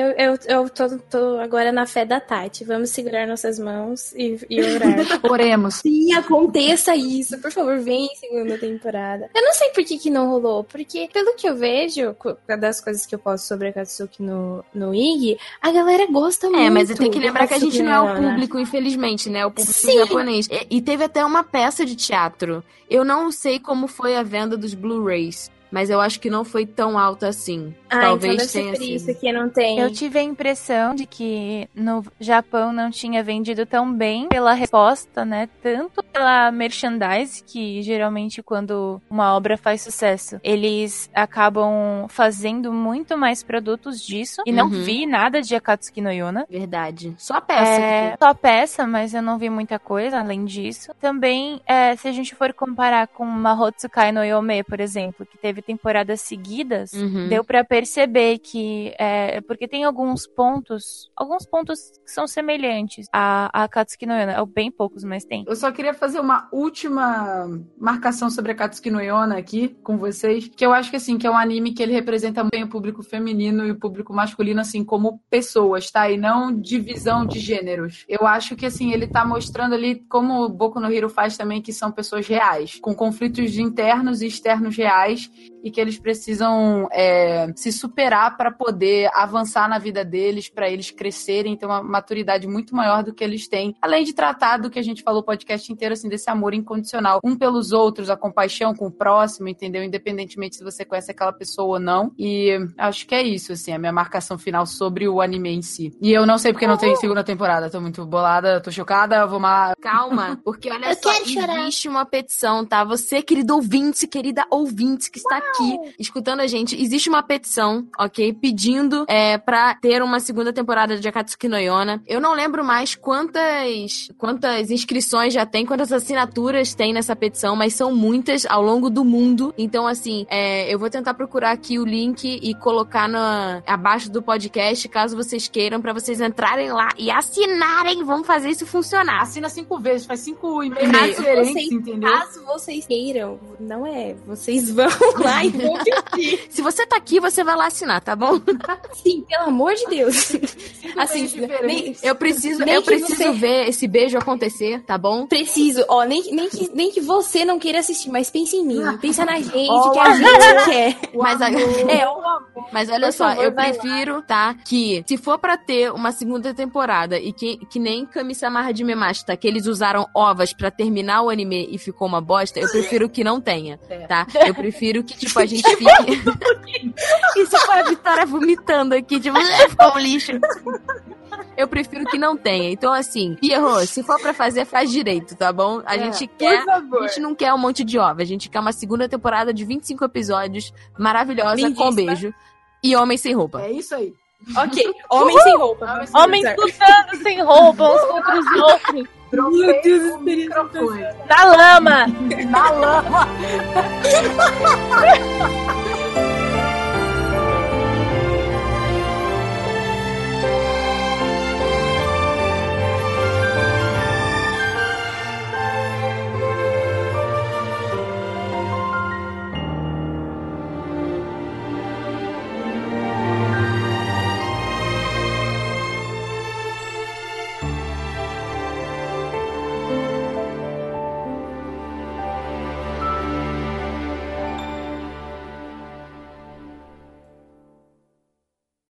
[SPEAKER 3] Eu tô agora na fé da Tati. Vamos segurar nossas mãos e orar.
[SPEAKER 1] Oremos.
[SPEAKER 3] Sim, aconteça isso. Por favor, vem em segunda temporada. Eu não sei por que não rolou. Porque, pelo que eu vejo, das coisas que eu posto sobre a Katsuki no IG, a galera gosta muito.
[SPEAKER 2] Mas tem que lembrar que a gente não é o público, infelizmente, né? O público japonês. E teve até uma peça de teatro. Eu não sei como foi a venda dos Blu-rays, mas eu acho que não foi tão alta assim. Talvez
[SPEAKER 3] então deve
[SPEAKER 2] tenha
[SPEAKER 3] ser por
[SPEAKER 2] sido.
[SPEAKER 3] isso que não tem.
[SPEAKER 4] Eu tive a impressão de que no Japão não tinha vendido tão bem pela resposta, né? Tanto pela merchandise, que geralmente quando uma obra faz sucesso, eles acabam fazendo muito mais produtos disso. E não vi nada de Akatsuki no Yona.
[SPEAKER 2] Verdade. Só a peça.
[SPEAKER 4] Só peça, mas eu não vi muita coisa além disso. Também, se a gente for comparar com Mahotsukai no Yome, por exemplo, que teve temporadas seguidas, deu pra perceber que porque tem alguns pontos que são semelhantes a Akatsuki no Yona, bem poucos, mas tem.
[SPEAKER 1] Eu só queria fazer uma última marcação sobre a Akatsuki no Yona aqui com vocês, que eu acho que assim, que é um anime que ele representa bem o público feminino e o público masculino, assim, como pessoas, tá? E não divisão de gêneros. Eu acho que assim, ele tá mostrando ali, como o Boku no Hero faz também, que são pessoas reais, com conflitos internos e externos reais, e que eles precisam se superar para poder avançar na vida deles, para eles crescerem, ter uma maturidade muito maior do que eles têm. Além de tratar do que a gente falou o podcast inteiro, assim, desse amor incondicional, um pelos outros, a compaixão com o próximo, entendeu? Independentemente se você conhece aquela pessoa ou não. E acho que é isso, assim, a minha marcação final sobre o anime em si. E eu não sei porque não tem segunda temporada. Tô muito bolada, tô chocada, vou
[SPEAKER 2] Calma, porque olha só, existe uma petição, tá? Você, querida ouvinte que está aqui escutando a gente, existe uma petição, ok? Pedindo pra ter uma segunda temporada de Akatsuki no Yona. Eu não lembro mais quantas inscrições já tem, quantas assinaturas tem nessa petição, mas são muitas ao longo do mundo. Então, assim, eu vou tentar procurar aqui o link e colocar abaixo do podcast, caso vocês queiram, pra vocês entrarem lá e assinarem. Vamos fazer isso funcionar.
[SPEAKER 1] Assina 5 vezes, faz 5 e-mails diferentes, entendeu?
[SPEAKER 3] Caso vocês queiram, não vocês vão lá e vão pedir.
[SPEAKER 2] Se você tá aqui, você vai lá assinar, tá bom?
[SPEAKER 3] Sim, pelo amor de Deus. Assim,
[SPEAKER 2] eu preciso ver esse beijo acontecer, tá bom?
[SPEAKER 3] Preciso, nem que você não queira assistir, mas pense em mim, pensa na gente, que a gente quer.
[SPEAKER 2] Mas olha só, eu prefiro, tá, que se for pra ter uma segunda temporada e que nem Kami-sama Hajime Mashita, que eles usaram ovas pra terminar o anime e ficou uma bosta, eu prefiro que não tenha, tá? Eu prefiro que, tipo, a gente fique... Isso foi a Vitória vomitando aqui, tipo, ficou um lixo. Eu prefiro que não tenha. Então, assim, Pierrot, se for pra fazer, faz direito, tá bom? A gente não quer um monte de ovas. A gente quer uma segunda temporada de 25 episódios maravilhosa, com beijo. E homem sem roupa.
[SPEAKER 1] É isso aí.
[SPEAKER 3] Ok, homem sem roupa.
[SPEAKER 4] Homens lutando sem roupa uns contra os outros.
[SPEAKER 3] Meu Deus, microfone.
[SPEAKER 4] Na lama!
[SPEAKER 1] Na lama!